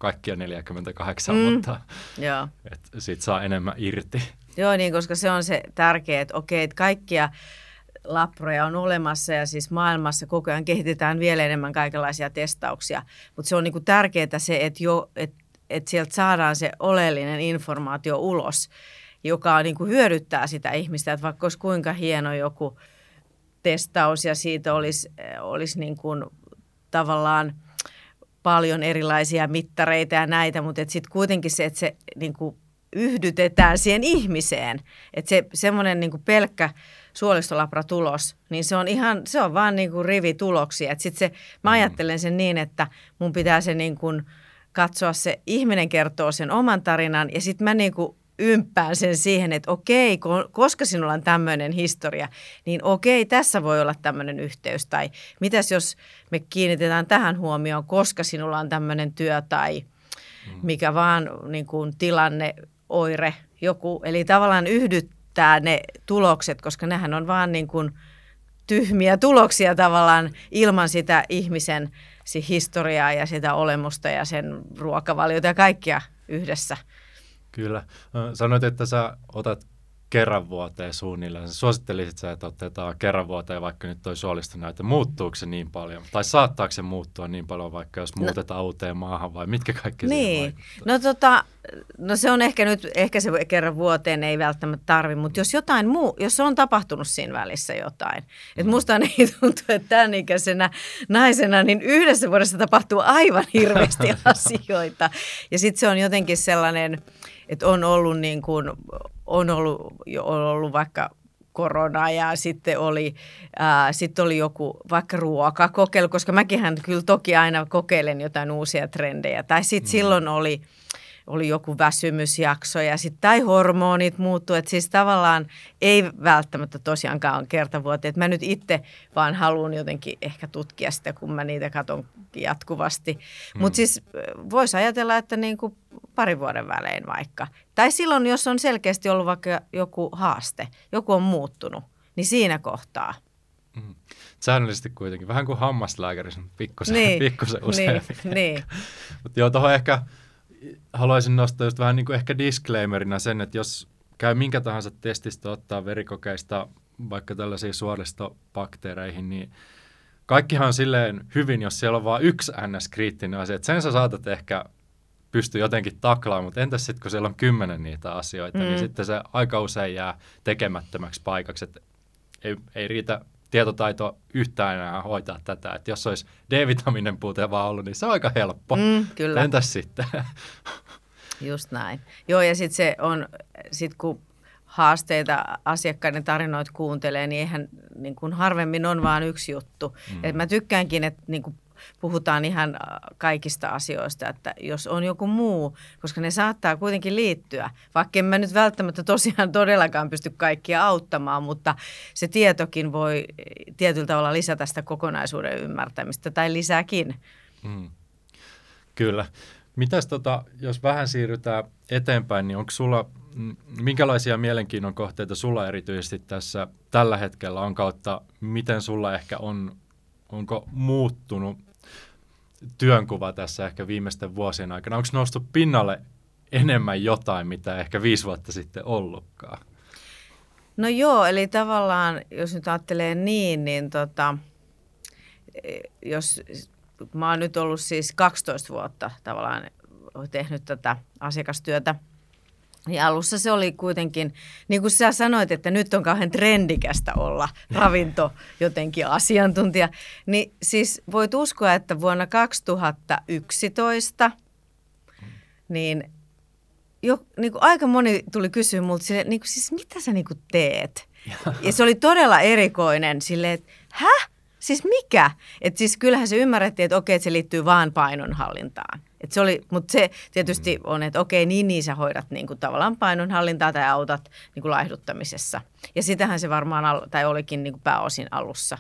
S1: kaikkia 48, mutta siitä saa enemmän irti.
S2: Joo, niin, koska se on se tärkeä, että okei, että kaikkia laproja on olemassa ja siis maailmassa koko ajan kehitetään vielä enemmän kaikenlaisia testauksia, mutta se on niin kuin tärkeää se, että sieltä saadaan se oleellinen informaatio ulos, joka niin kuin hyödyttää sitä ihmistä, että vaikka olisi kuinka hieno joku testaus ja siitä olisi niin kuin tavallaan paljon erilaisia mittareita ja näitä, mutta sitten kuitenkin se, että se niin kuin yhdytetään siihen ihmiseen, että se semmoinen niin kuin pelkkä suolistolabratulos, niin se on vaan niin kuin rivituloksia. Mä ajattelen sen niin, että mun pitää se niin kuin katsoa se ihminen kertoo sen oman tarinan ja sitten mä niin kuin ympään sen siihen, että okei, koska sinulla on tämmöinen historia, niin okei, tässä voi olla tämmöinen yhteys. Tai mitäs jos me kiinnitetään tähän huomioon, koska sinulla on tämmöinen työ tai mikä vaan niin kuin tilanne, oire, joku. Eli tavallaan yhdyttää ne tulokset, koska nehän on vaan niin kuin tyhmiä tuloksia tavallaan ilman sitä ihmisen historiaa ja sitä olemusta ja sen ruokavaliota ja kaikkia yhdessä.
S1: Kyllä. Sanoit, että sä otat kerran vuoteen suunnilleen. Suosittelisit sä, että otetaan kerran vuoteen, vaikka nyt toi suolistonäyte. Muuttuuko se niin paljon? Tai saattaako se muuttua niin paljon, vaikka jos muutetaan uuteen maahan vai mitkä kaikki siihen
S2: vaikuttaa? No se on ehkä se kerran vuoteen ei välttämättä tarvi, mutta jos on tapahtunut siinä välissä jotain. Että musta niin tuntuu, että tämän ikäisenä naisena niin yhdessä vuodessa tapahtuu aivan hirveästi asioita. Ja sitten se on jotenkin sellainen, että on ollut vaikka korona ja sitten oli joku vaikka ruokakokeilu, koska mäkinhän kyllä toki aina kokeilen jotain uusia trendejä. Tai sitten silloin oli joku väsymysjakso ja sitten tai hormonit muuttuu, että siis tavallaan ei välttämättä tosiaankaan kertavuoteen. Että mä nyt itse vaan haluan jotenkin ehkä tutkia sitä, kun mä niitä katson jatkuvasti. Mutta siis voisi ajatella, että niin kuin parin vuoden välein vaikka. Tai silloin, jos on selkeästi ollut vaikka joku haaste, joku on muuttunut, niin siinä kohtaa.
S1: Säännöllisesti kuitenkin, vähän kuin hammaslääkärissä, pikkusen useammin.
S2: Niin.
S1: Mutta joo, tuohon ehkä haluaisin nostaa just vähän niin kuin ehkä disclaimerina sen, että jos käy minkä tahansa testistä ottaa verikokeista vaikka tällaisiin suolistobakteereihin, niin kaikkihan on silleen hyvin, jos siellä on vain yksi NS-kriittinen asia. Että sen sä saatat ehkä pystyä jotenkin taklaamaan, mutta entäs sitten, kun siellä on 10 niitä asioita, niin sitten se aika usein jää tekemättömäksi paikaksi. Että ei riitä tietotaito yhtään enää hoitaa tätä. Että jos olisi D-vitamiinin puute vaan ollut, niin se on aika helppo.
S2: Kyllä.
S1: Entäs sitten?
S2: Just näin. Joo, ja sitten kun haasteita asiakkaiden tarinoita kuuntelee, niin eihän niin kuin harvemmin on vaan yksi juttu. Et mä tykkäänkin, että niin kuin puhutaan ihan kaikista asioista, että jos on joku muu, koska ne saattaa kuitenkin liittyä, vaikka en mä nyt välttämättä tosiaan todellakaan pysty kaikkia auttamaan, mutta se tietokin voi tietyllä tavalla lisätä sitä kokonaisuuden ymmärtämistä tai lisääkin.
S1: Kyllä. Mitäs jos vähän siirrytään eteenpäin, niin onko sulla, minkälaisia mielenkiinnon kohteita sulla erityisesti tässä tällä hetkellä on kautta, miten sulla ehkä onko muuttunut työnkuva tässä ehkä viimeisten vuosien aikana? Onko noussut pinnalle enemmän jotain, mitä ehkä 5 vuotta sitten ollutkaan?
S2: No joo, eli tavallaan, jos nyt ajattelee niin jos mä oon nyt ollut siis 12 vuotta tavallaan tehnyt tätä asiakastyötä, niin alussa se oli kuitenkin, niin kuin sä sanoit, että nyt on kauhean trendikästä olla ravinto jotenkin asiantuntija, niin siis voit uskoa, että vuonna 2011 niin kuin aika moni tuli kysyä multa silleen, niin kuin, siis mitä sä niin kuin teet? Ja se oli todella erikoinen silleen, että siis mikä? Että siis kyllähän se ymmärrettiin, että okei, että se liittyy vaan painonhallintaan. Mutta se tietysti on, että okei, niin sä hoidat niin kuin tavallaan painonhallintaa tai autat niin kuin laihduttamisessa. Ja sitähän se varmaan, tai olikin niin kuin pääosin alussa.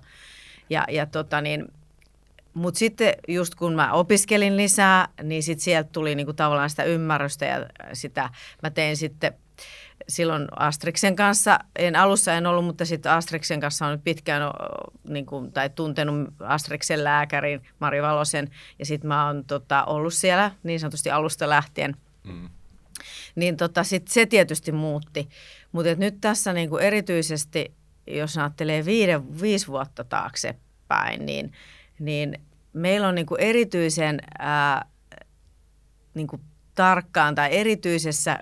S2: Mutta sitten just kun mä opiskelin lisää, niin sitten sieltä tuli niin kuin tavallaan sitä ymmärrystä ja sitä mä tein sitten silloin Astriksen kanssa, alussa en ollut, mutta sitten Astriksen kanssa olen pitkään tai tuntenut Astriksen lääkärin Mari Valosen, ja sitten mä oon ollut siellä niin sanotusti alusta lähtien. Niin sit se tietysti muutti, mutta nyt tässä niin kuin erityisesti, jos ajattelee 5 vuotta taaksepäin, niin meillä on niin kuin erityisen niin kuin tarkkaan tai erityisessä,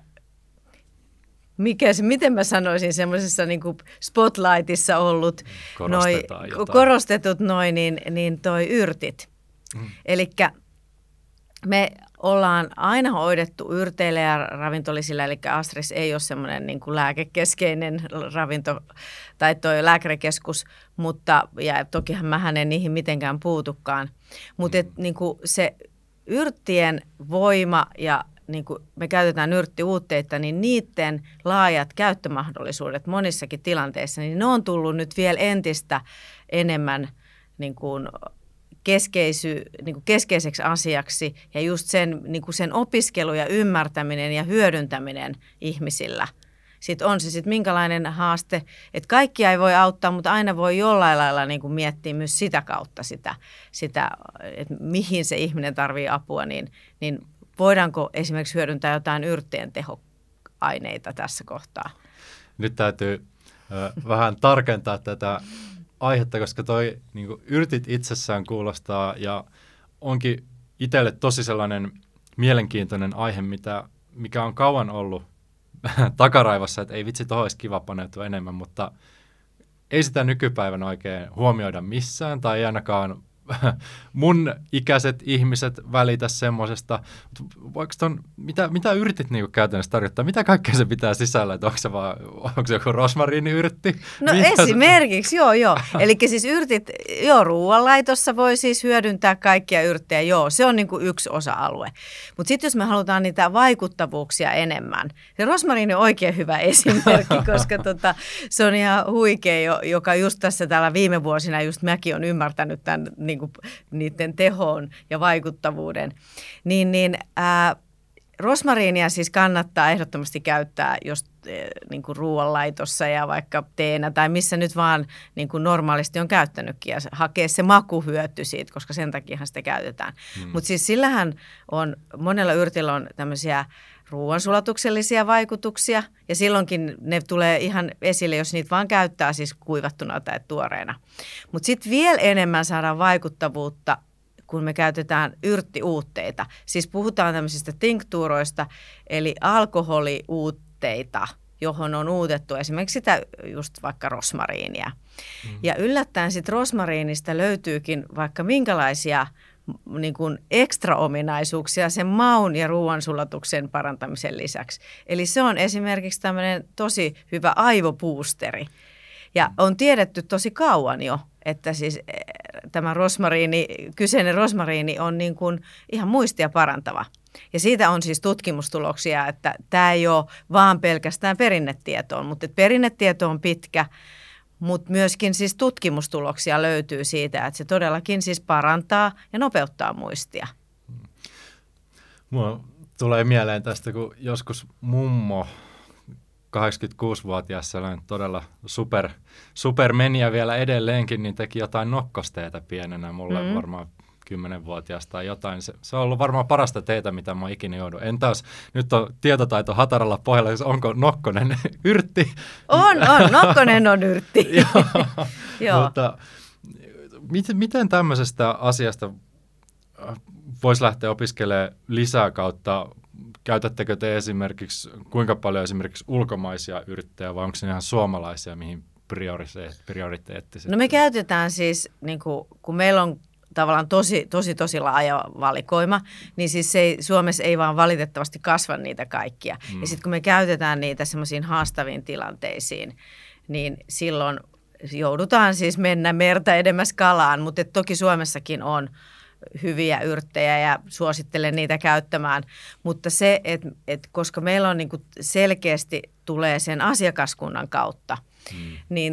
S2: miten mä sanoisin, semmoisessa niin kuin spotlightissa ollut korostetut toi yrtit. Elikkä me ollaan aina hoidettu yrteillä ja ravintolisilla, eli Astrix ei ole semmoinen niin kuin lääkekeskeinen ravinto tai toi lääkärikeskus, ja tokihan mähän en niihin mitenkään puutukaan. Mutta niin kuin se yrttien voima ja niin kuin me käytetään yrttiuutteita, niin niiden laajat käyttömahdollisuudet monissakin tilanteissa, niin ne on tullut nyt vielä entistä enemmän niin kuin keskeiseksi asiaksi ja just sen opiskelu ja ymmärtäminen ja hyödyntäminen ihmisillä. Sitten on se sitten minkälainen haaste, että kaikkia ei voi auttaa, mutta aina voi jollain lailla niin kuin miettiä myös sitä kautta sitä että mihin se ihminen tarvitsee apua, niin voidaanko esimerkiksi hyödyntää jotain yrttien tehoaineita tässä kohtaa?
S1: Nyt täytyy vähän tarkentaa tätä aihetta, koska toi niin kuin yrtit itsessään kuulostaa ja onkin itselle tosi sellainen mielenkiintoinen aihe, mikä on kauan ollut takaraivassa, että ei vitsi, tuohon olisi kiva paneutua enemmän, mutta ei sitä nykypäivänä oikein huomioida missään tai ainakaan mun ikäiset ihmiset välitä semmoisesta. Mitä yrtit niinku käytännössä tarkoittaa? Mitä kaikkea se pitää sisällä? Että onko se joku rosmariiniyrtti?
S2: No esimerkiksi, joo. Eli siis yrtit, ruoanlaitossa voi siis hyödyntää kaikkia yrttejä, se on niinku yksi osa-alue. Mutta sitten jos me halutaan niitä vaikuttavuuksia enemmän, se rosmariini on oikein hyvä esimerkki, koska se on ihan huikea, joka just tässä täällä viime vuosina just mäkin on ymmärtänyt tämän niiden tehoon ja vaikuttavuuden, rosmariinia siis kannattaa ehdottomasti käyttää, jos niin kuin ruoanlaitossa ja vaikka teenä tai missä nyt vaan niin kuin normaalisti on käyttänytkin ja hakea se makuhyöty siitä, koska sen takiahan sitä käytetään. Mutta siis sillähän monella yrtillä on tämmöisiä ruoansulatuksellisia vaikutuksia ja silloinkin ne tulee ihan esille, jos niitä vaan käyttää siis kuivattuna tai tuoreena. Mutta sitten vielä enemmän saadaan vaikuttavuutta, kun me käytetään yrttiuutteita. Siis puhutaan tämmöisistä tinktuuroista, eli alkoholiuutteita, johon on uutettu esimerkiksi sitä just vaikka rosmariinia. Ja yllättäen sitten rosmariinista löytyykin vaikka minkälaisia niin kuin ekstraominaisuuksia sen maun ja ruoansulatuksen parantamisen lisäksi. Eli se on esimerkiksi tämmöinen tosi hyvä aivopuusteri. Ja on tiedetty tosi kauan jo, että siis tämä kyseinen rosmariini on niin kuin ihan muistia parantava. Ja siitä on siis tutkimustuloksia, että tämä ei ole vaan pelkästään perinnetietoon, mutta perinnetieto on pitkä. Mutta myöskin siis tutkimustuloksia löytyy siitä, että se todellakin siis parantaa ja nopeuttaa muistia.
S1: Mulla tulee mieleen tästä, kun joskus mummo, 86-vuotias, sellainen todella supermeniä vielä edelleenkin, niin teki jotain nokkosteita pienenä mulle varmaan 10-vuotiaasta tai jotain. Se on ollut varmaan parasta teetä, mitä mä oon ikinä joudut. Entä nyt on tietotaito hataralla pohjalla, onko nokkonen yrtti?
S2: On, nokkonen on yrtti.
S1: Joo. Mutta miten tämmöisestä asiasta voisi lähteä opiskelemaan lisää kautta? Käytättekö te esimerkiksi, kuinka paljon esimerkiksi ulkomaisia yrttejä vai onko ne ihan suomalaisia, mihin prioriteetti?
S2: No me käytetään siis, niin kun meillä on tavallaan tosi laaja valikoima, niin siis Suomessa ei vaan valitettavasti kasva niitä kaikkia. Ja sitten kun me käytetään niitä semmoisiin haastaviin tilanteisiin, niin silloin joudutaan siis mennä merta edemmäs kalaan, mutta toki Suomessakin on hyviä yrttejä ja suosittelen niitä käyttämään, mutta se, että koska meillä on niin kuin selkeästi tulee sen asiakaskunnan kautta, niin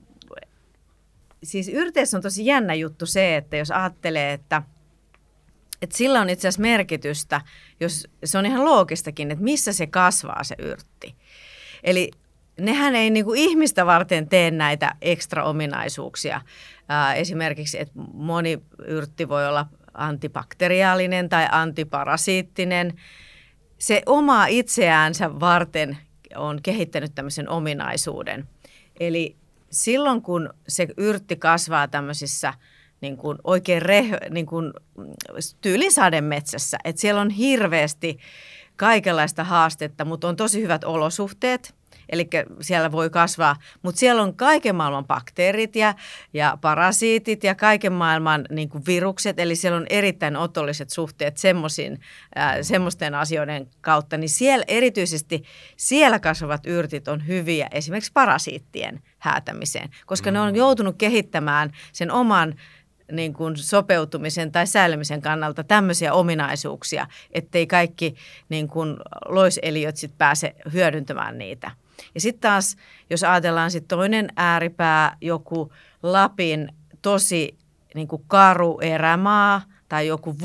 S2: siis yrteissä on tosi jännä juttu se, että jos ajattelee, että sillä on itse asiassa merkitystä, jos se on ihan loogistakin, että missä se kasvaa se yrtti. Eli nehän ei niin kuin ihmistä varten tee näitä ekstra ominaisuuksia. Esimerkiksi, että moni yrtti voi olla antibakteriaalinen tai antiparasiittinen. Se omaa itseäänsä varten on kehittänyt tämmöisen ominaisuuden. Eli silloin, kun se yrtti kasvaa tämmöisissä niin kuin oikein niin kuin tyylin sademetsässä, että siellä on hirveästi kaikenlaista haastetta, mutta on tosi hyvät olosuhteet. Eli siellä voi kasvaa, mutta siellä on kaiken maailman bakteerit ja parasiitit ja kaiken maailman niin kuin virukset, eli siellä on erittäin otolliset suhteet semmoisten asioiden kautta, niin siellä, erityisesti siellä kasvavat yrtit on hyviä esimerkiksi parasiittien häätämiseen, koska ne on joutunut kehittämään sen oman niin kuin sopeutumisen tai säilymisen kannalta tämmöisiä ominaisuuksia, ettei kaikki niin kuin loiseliöt sit pääse hyödyntämään niitä. Ja sitten taas, jos ajatellaan sitten toinen ääripää, joku Lapin tosi niin kuin karu erämaa tai joku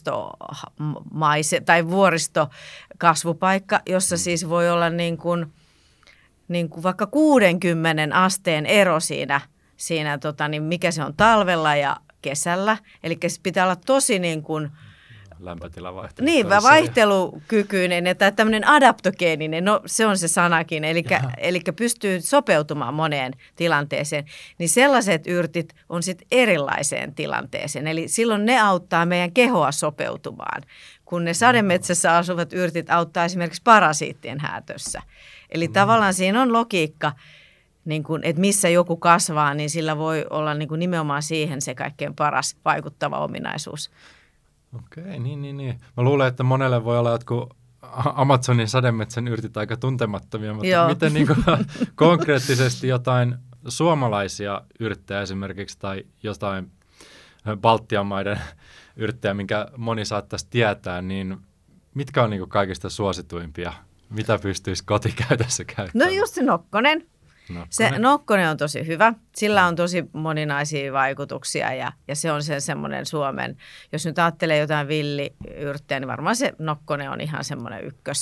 S2: vuoristokasvupaikka, jossa siis voi olla niin kuin vaikka 60 asteen ero siinä mikä se on talvella ja kesällä. Eli se pitää olla tosi niin kuin
S1: lämpötilavaihtelu.
S2: Niin, vaihtelukykyinen tai tämmöinen adaptogeeninen, no se on se sanakin, eli pystyy sopeutumaan moneen tilanteeseen, niin sellaiset yrtit on sitten erilaiseen tilanteeseen. Eli silloin ne auttaa meidän kehoa sopeutumaan, kun ne sademetsässä asuvat yrtit auttaa esimerkiksi parasiittien häätössä. Eli tavallaan siinä on logiikka, niin kun, että missä joku kasvaa, niin sillä voi olla niin kun nimenomaan siihen se kaikkein paras vaikuttava ominaisuus.
S1: Okei, niin. Mä luulen, että monelle voi olla jotkut Amazonin sademetsän yrtit aika tuntemattomia, mutta miten niin kuin, konkreettisesti jotain suomalaisia yrttejä esimerkiksi tai jotain Baltian maiden yrttejä, minkä moni saattaisi tietää, niin mitkä on niin kuin kaikista suosituimpia? Mitä pystyisi kotikäytössä käyttämään?
S2: No just se nokkonen. Se nokkonen on tosi hyvä. Sillä on tosi moninaisia vaikutuksia ja se on semmoinen Suomen, jos nyt ajattelee jotain villiyrttejä, niin varmaan se nokkonen on ihan semmoinen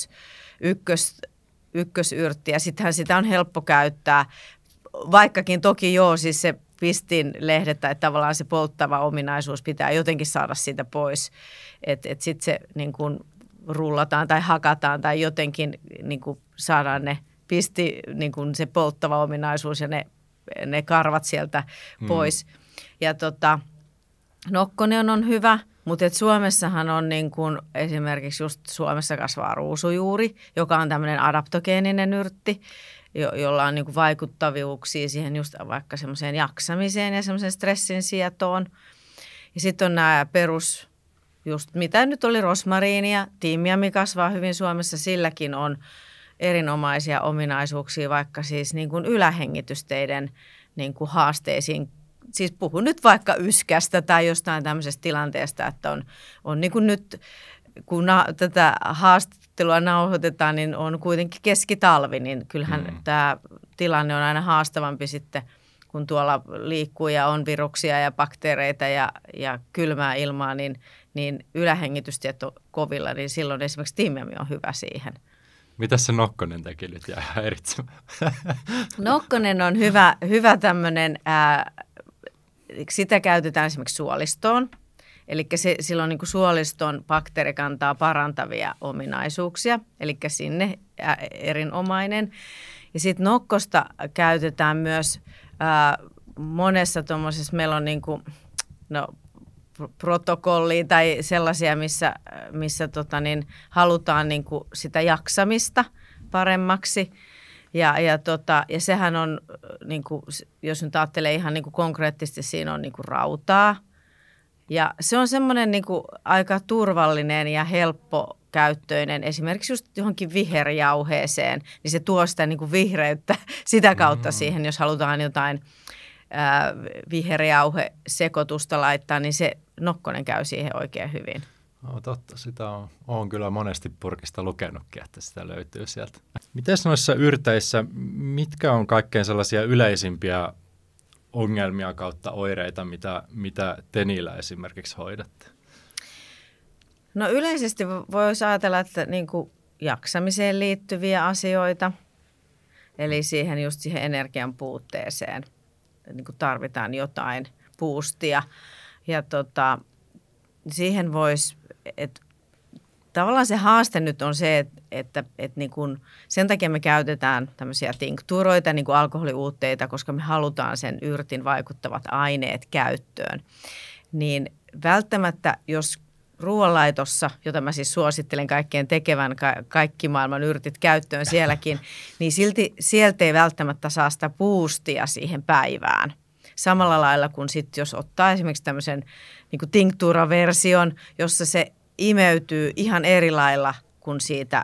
S2: ykkösyrtti. Ja sittenhän sitä on helppo käyttää, vaikkakin toki siis se pistinlehdet tai tavallaan se polttava ominaisuus pitää jotenkin saada siitä pois. Että sitten se niin kuin rullataan tai hakataan tai jotenkin niin kuin saadaan ne niin kuin se polttava ominaisuus ja ne karvat sieltä pois. Ja nokkonen on hyvä, mutta Suomessahan on niin kuin esimerkiksi just Suomessa kasvaa ruusujuuri, joka on tämmöinen adaptogeeninen yrtti, jolla on niin kuin vaikuttavuuksia siihen just vaikka semmoiseen jaksamiseen ja semmoiseen stressin sietoon. Ja sitten on nämä just mitä nyt oli rosmariinia, tiimiami kasvaa hyvin Suomessa, silläkin on erinomaisia ominaisuuksia vaikka siis niin kuin ylähengitysteiden niin kuin haasteisiin. Siis puhun nyt vaikka yskästä tai jostain tämmöisestä tilanteesta, että on niin kuin nyt, kun tätä haastattelua nauhoitetaan, niin on kuitenkin keskitalvi, niin kyllähän tämä tilanne on aina haastavampi sitten, kun tuolla liikkuu ja on viruksia ja bakteereita ja kylmää ilmaa, niin ylähengitystiet on kovilla, niin silloin esimerkiksi tiimiami on hyvä siihen.
S1: Mitäs se nokkonen teki nyt jää häiritsemään?
S2: Nokkonen on hyvä tämmöinen, sitä käytetään esimerkiksi suolistoon. Eli sillä on niin kuin suoliston bakteerikantaa parantavia ominaisuuksia, eli sinne erinomainen. Ja sitten nokkosta käytetään myös monessa tuommoisessa, meillä on niin kuin, protokollia tai sellaisia, missä halutaan niin kuin sitä jaksamista paremmaksi. Ja sehän on, niin kuin, jos nyt ajattelee ihan niin kuin konkreettisesti, siinä on niin kuin rautaa. Ja se on semmoinen niin kuin aika turvallinen ja helppokäyttöinen, esimerkiksi just johonkin viherjauheeseen, niin se tuo sitä niin kuin vihreyttä sitä kautta siihen, jos halutaan jotain viherjauhesekoitusta laittaa, niin se nokkonen käy siihen oikein hyvin.
S1: No, totta, sitä on kyllä monesti purkista lukenutkin, että sitä löytyy sieltä. Mites noissa yrteissä, mitkä on kaikkein sellaisia yleisimpiä ongelmia kautta oireita, mitä te niillä esimerkiksi hoidatte?
S2: No yleisesti voisi ajatella, että niin kuin jaksamiseen liittyviä asioita, eli siihen energian puutteeseen niin kuin tarvitaan jotain boostia. Ja siihen voisi, että tavallaan se haaste nyt on se, että niin kuin sen takia me käytetään tämmöisiä tinkturoita, niin kuin alkoholiuutteita, koska me halutaan sen yrtin vaikuttavat aineet käyttöön. Niin välttämättä, jos ruoanlaitossa, jota mä siis suosittelen kaikkien tekevän kaikki maailman yrtit käyttöön sielläkin, niin silti sieltä ei välttämättä saa sitä boostia siihen päivään. Samalla lailla kuin sitten, jos ottaa esimerkiksi tämmöisen niin kuin tinktuuraversion, jossa se imeytyy ihan eri lailla kuin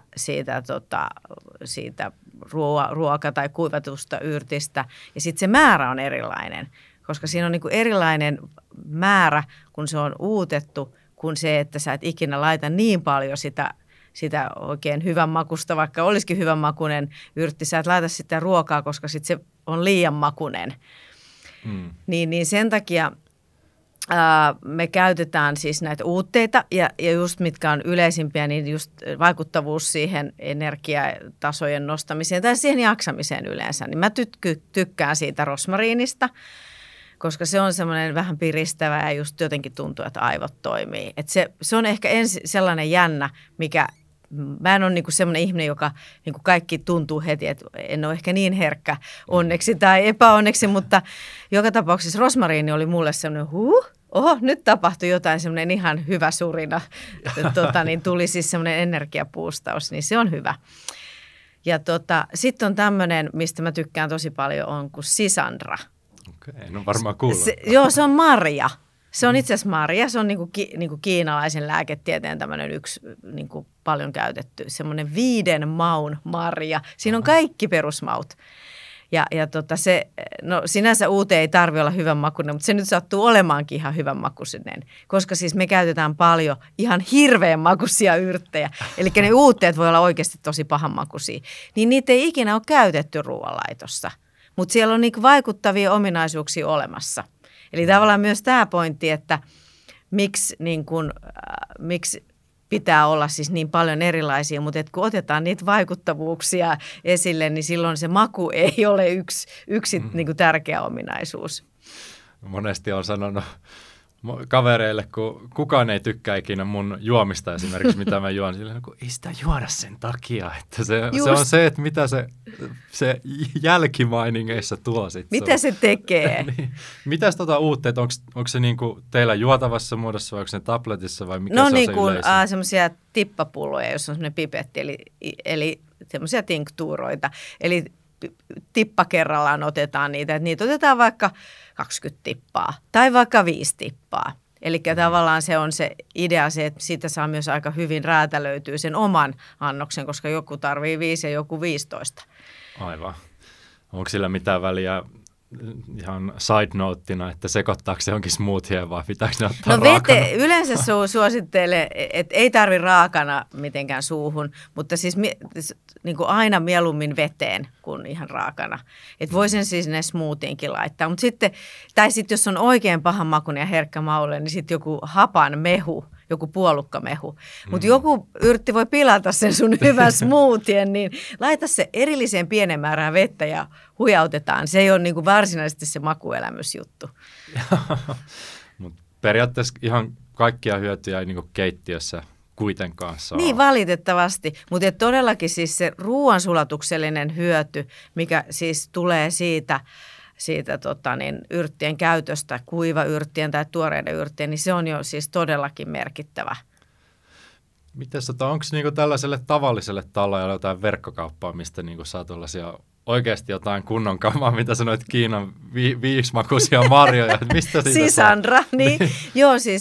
S2: siitä ruoka- tai kuivatusta yrtistä. Ja sitten se määrä on erilainen, koska siinä on niin kuin erilainen määrä, kun se on uutettu, kuin se, että sä et ikinä laita niin paljon sitä oikein hyvän makusta, vaikka olisikin hyvän makuinen yrtti. Sä et laita sitä ruokaa, koska sitten se on liian makuinen. Niin sen takia me käytetään siis näitä uutteita ja just mitkä on yleisimpiä, niin just vaikuttavuus siihen energiatasojen nostamiseen tai siihen jaksamiseen yleensä. Niin mä tykkään siitä rosmariinista, koska se on semmoinen vähän piristävä ja just jotenkin tuntuu, että aivot toimii. Et se on ehkä sellainen jännä, mikä mä en ole niinku semmoinen ihminen, joka niinku kaikki tuntuu heti, että en ole ehkä niin herkkä onneksi tai epäonneksi, mutta joka tapauksessa rosmariini oli mulle semmoinen nyt tapahtui jotain, semmoinen ihan hyvä surina. Niin tuli siis semmoinen energiapuustaus, niin se on hyvä. Ja sitten on tämmöinen, mistä mä tykkään tosi paljon, on kuin sisandra.
S1: Okei, no varmaan kuullut.
S2: Joo, se on marja. Se on itse asiassa marja. Se on niinku kiinalaisen lääketieteen tämmöinen yksi niinku paljon käytetty. Semmoinen 5 maun marja. Siinä on kaikki perusmaut. Ja sinänsä uute ei tarvitse olla hyvänmakuinen, mutta se nyt sattuu olemaankin ihan hyvänmakuinen, koska siis me käytetään paljon ihan hirveän makuisia yrttejä. Eli ne uutteet voi olla oikeasti tosi pahanmakuisia. Niin niitä ei ikinä ole käytetty ruoanlaitossa, mutta siellä on niinku vaikuttavia ominaisuuksia olemassa. Eli tavallaan myös tämä pointti, että miksi pitää olla siis niin paljon erilaisia, mutta kun otetaan niitä vaikuttavuuksia esille, niin silloin se maku ei ole yksi niin kuin tärkeä ominaisuus.
S1: Monesti on sanonut kavereille, kun kukaan ei tykkää ikinä mun juomista esimerkiksi, mitä mä juon, silleen, kun ei sitä juoda sen takia, että se on se, että mitä se jälkimainingeissa tuo sitten.
S2: Mitä se tekee?
S1: Niin. Mitäs uutteet, onko se niinku teillä juotavassa muodossa vai onko se tabletissa vai mikä
S2: no,
S1: se on
S2: niin
S1: se
S2: kuin
S1: yleisin?
S2: semmoisia tippapulloja, jossa on semmoinen pipetti, eli semmoisia tinktuuroita, eli tippa kerrallaan otetaan niitä, että niitä otetaan vaikka 20 tippaa tai vaikka 5 tippaa. Eli tavallaan se on se idea se, että siitä saa myös aika hyvin räätälöityä sen oman annoksen, koska joku tarvii 5 ja joku 15.
S1: Aivan. Onko sillä mitään väliä ihan side noteina, että sekoittaako se jonkin smoothien vai pitääkö ne ottaa raakana?
S2: Yleensä suosittelen, että ei tarvitse raakana mitenkään suuhun, mutta siis niin kuin aina mieluummin veteen kuin ihan raakana. Että voisin siis ne smoothiinkin laittaa. Mutta sitten jos on oikein pahan makuinen ja herkkä maulle, niin sitten joku hapan mehu, joku puolukkamehu. Mutta joku yrtti voi pilata sen sun hyvän smoothien, niin laita se erilliseen pienen määrään vettä ja huijautetaan. Se ei ole niinku varsinaisesti se makuelämysjuttu.
S1: Mutta periaatteessa ihan kaikkia hyötyjä ei niinku keittiössä kuitenkaan saa.
S2: Niin, valitettavasti. Mutta todellakin siis se ruoansulatuksellinen hyöty, mikä siis tulee siitä yrttien käytöstä, kuivayrttien tai tuoreiden yrttien, niin se on jo siis todellakin merkittävä.
S1: Mites onko niinku tällaiselle tavalliselle tallajalle jotain verkkokauppaa, mistä niinku saa tuollaisia oikeasti jotain kunnon kamaa, mitä sanoit Kiinan viisimakuisia marjoja, mistä siitä
S2: Sisandra, niin. Joo siis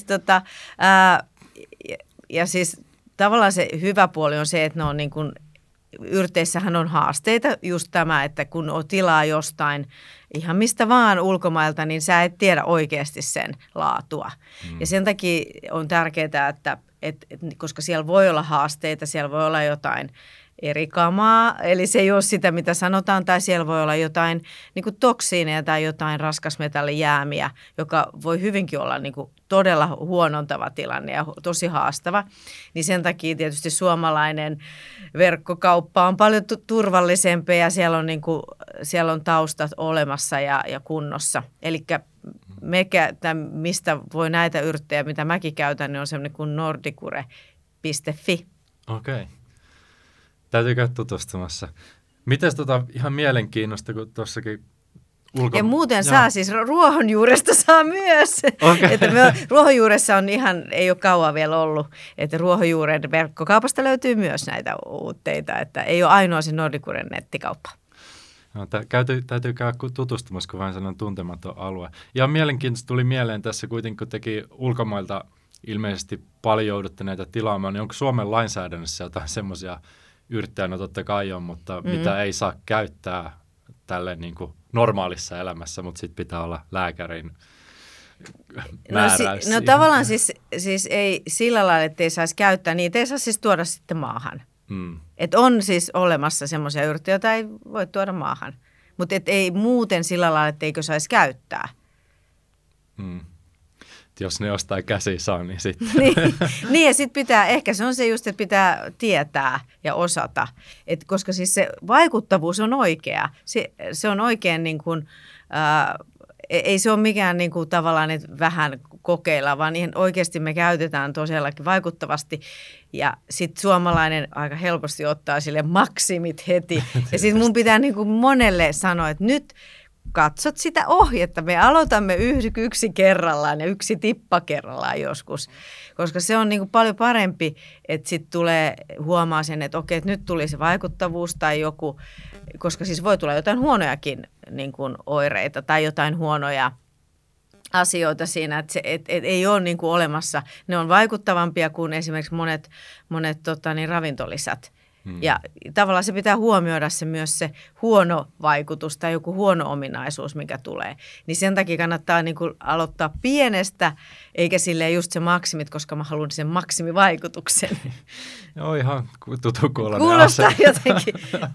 S2: ja siis tavallaan se hyvä puoli on se, että ne on niin kuin, yrteissähän on haasteita just tämä, että kun on tilaa jostain ihan mistä vaan ulkomailta, niin sä et tiedä oikeasti sen laatua. Ja sen takia on tärkeää, että koska siellä voi olla haasteita, siellä voi olla jotain eri kamaa, eli se ei ole sitä, mitä sanotaan, tai siellä voi olla jotain niin kuin toksiineja tai jotain raskasmetallijäämiä, joka voi hyvinkin olla niin kuin todella huonontava tilanne ja tosi haastava. Niin sen takia tietysti suomalainen verkkokauppa on paljon turvallisempi ja siellä on taustat olemassa ja kunnossa. Eli mistä voi näitä yrttejä, mitä mäkin käytän, niin on semmoinen kuin nordicure.fi.
S1: Okei. Täytyy käydä tutustumassa. Mites ihan mielenkiinnosta, kun tuossakin
S2: ja muuten saa siis, ruohonjuuresta saa myös. Okay. Että ruohonjuuressa on ei ole kauan vielä ollut, että ruohonjuuren verkkokaupasta löytyy myös näitä uutteita, että ei ole ainoa se Nordicuren nettikauppa.
S1: No, täytyy käydä tutustumassa, kun vähän sellainen tuntematon alue. Ja mielenkiintoista tuli mieleen tässä kuitenkin, kun teki ulkomailta ilmeisesti paljon joudutte näitä tilaamaan, niin onko Suomen lainsäädännössä jotain semmoisia yrttejä, no totta kai on, mutta mitä ei saa käyttää tälle niin kuin normaalissa elämässä, mutta sitten pitää olla lääkärin määräys.
S2: No tavallaan siis ei sillä lailla, että ei saisi käyttää, niitä ei saa siis tuoda sitten maahan. Että on siis olemassa semmoisia yrttejä, joita ei voi tuoda maahan, mutta ei muuten sillä lailla, että eikö saisi käyttää.
S1: Jos ne jostain käsiä saa, niin sitten.
S2: niin ja sitten ehkä se on se just, että pitää tietää ja osata, koska siis se vaikuttavuus on oikea. Se on oikein niin kuin, ei se ole mikään niin kuin tavallaan, että vähän kokeilla, vaan ihan oikeasti me käytetään tosiaankin vaikuttavasti. Ja sitten suomalainen aika helposti ottaa sille maksimit heti. Ja sitten mun pitää niin kuin monelle sanoa, että nyt katsot sitä ohjetta. Me aloitamme yksi kerrallaan ja yksi tippa kerrallaan joskus, koska se on niin kuin paljon parempi, että sitten huomaa sen, että okei, että nyt tuli se vaikuttavuus tai joku, koska siis voi tulla jotain huonojakin niin kuin oireita tai jotain huonoja asioita siinä, että ei ole niin kuin olemassa. Ne on vaikuttavampia kuin esimerkiksi monet ravintolisät. Ja tavallaan se pitää huomioida myös se huono vaikutus tai joku huono ominaisuus, mikä tulee. Niin sen takia kannattaa niin kuin aloittaa pienestä, eikä silleen just se maksimit, koska mä haluan sen maksimivaikutuksen.
S1: Joo, ihan tuttu
S2: kuulostaa jotenkin.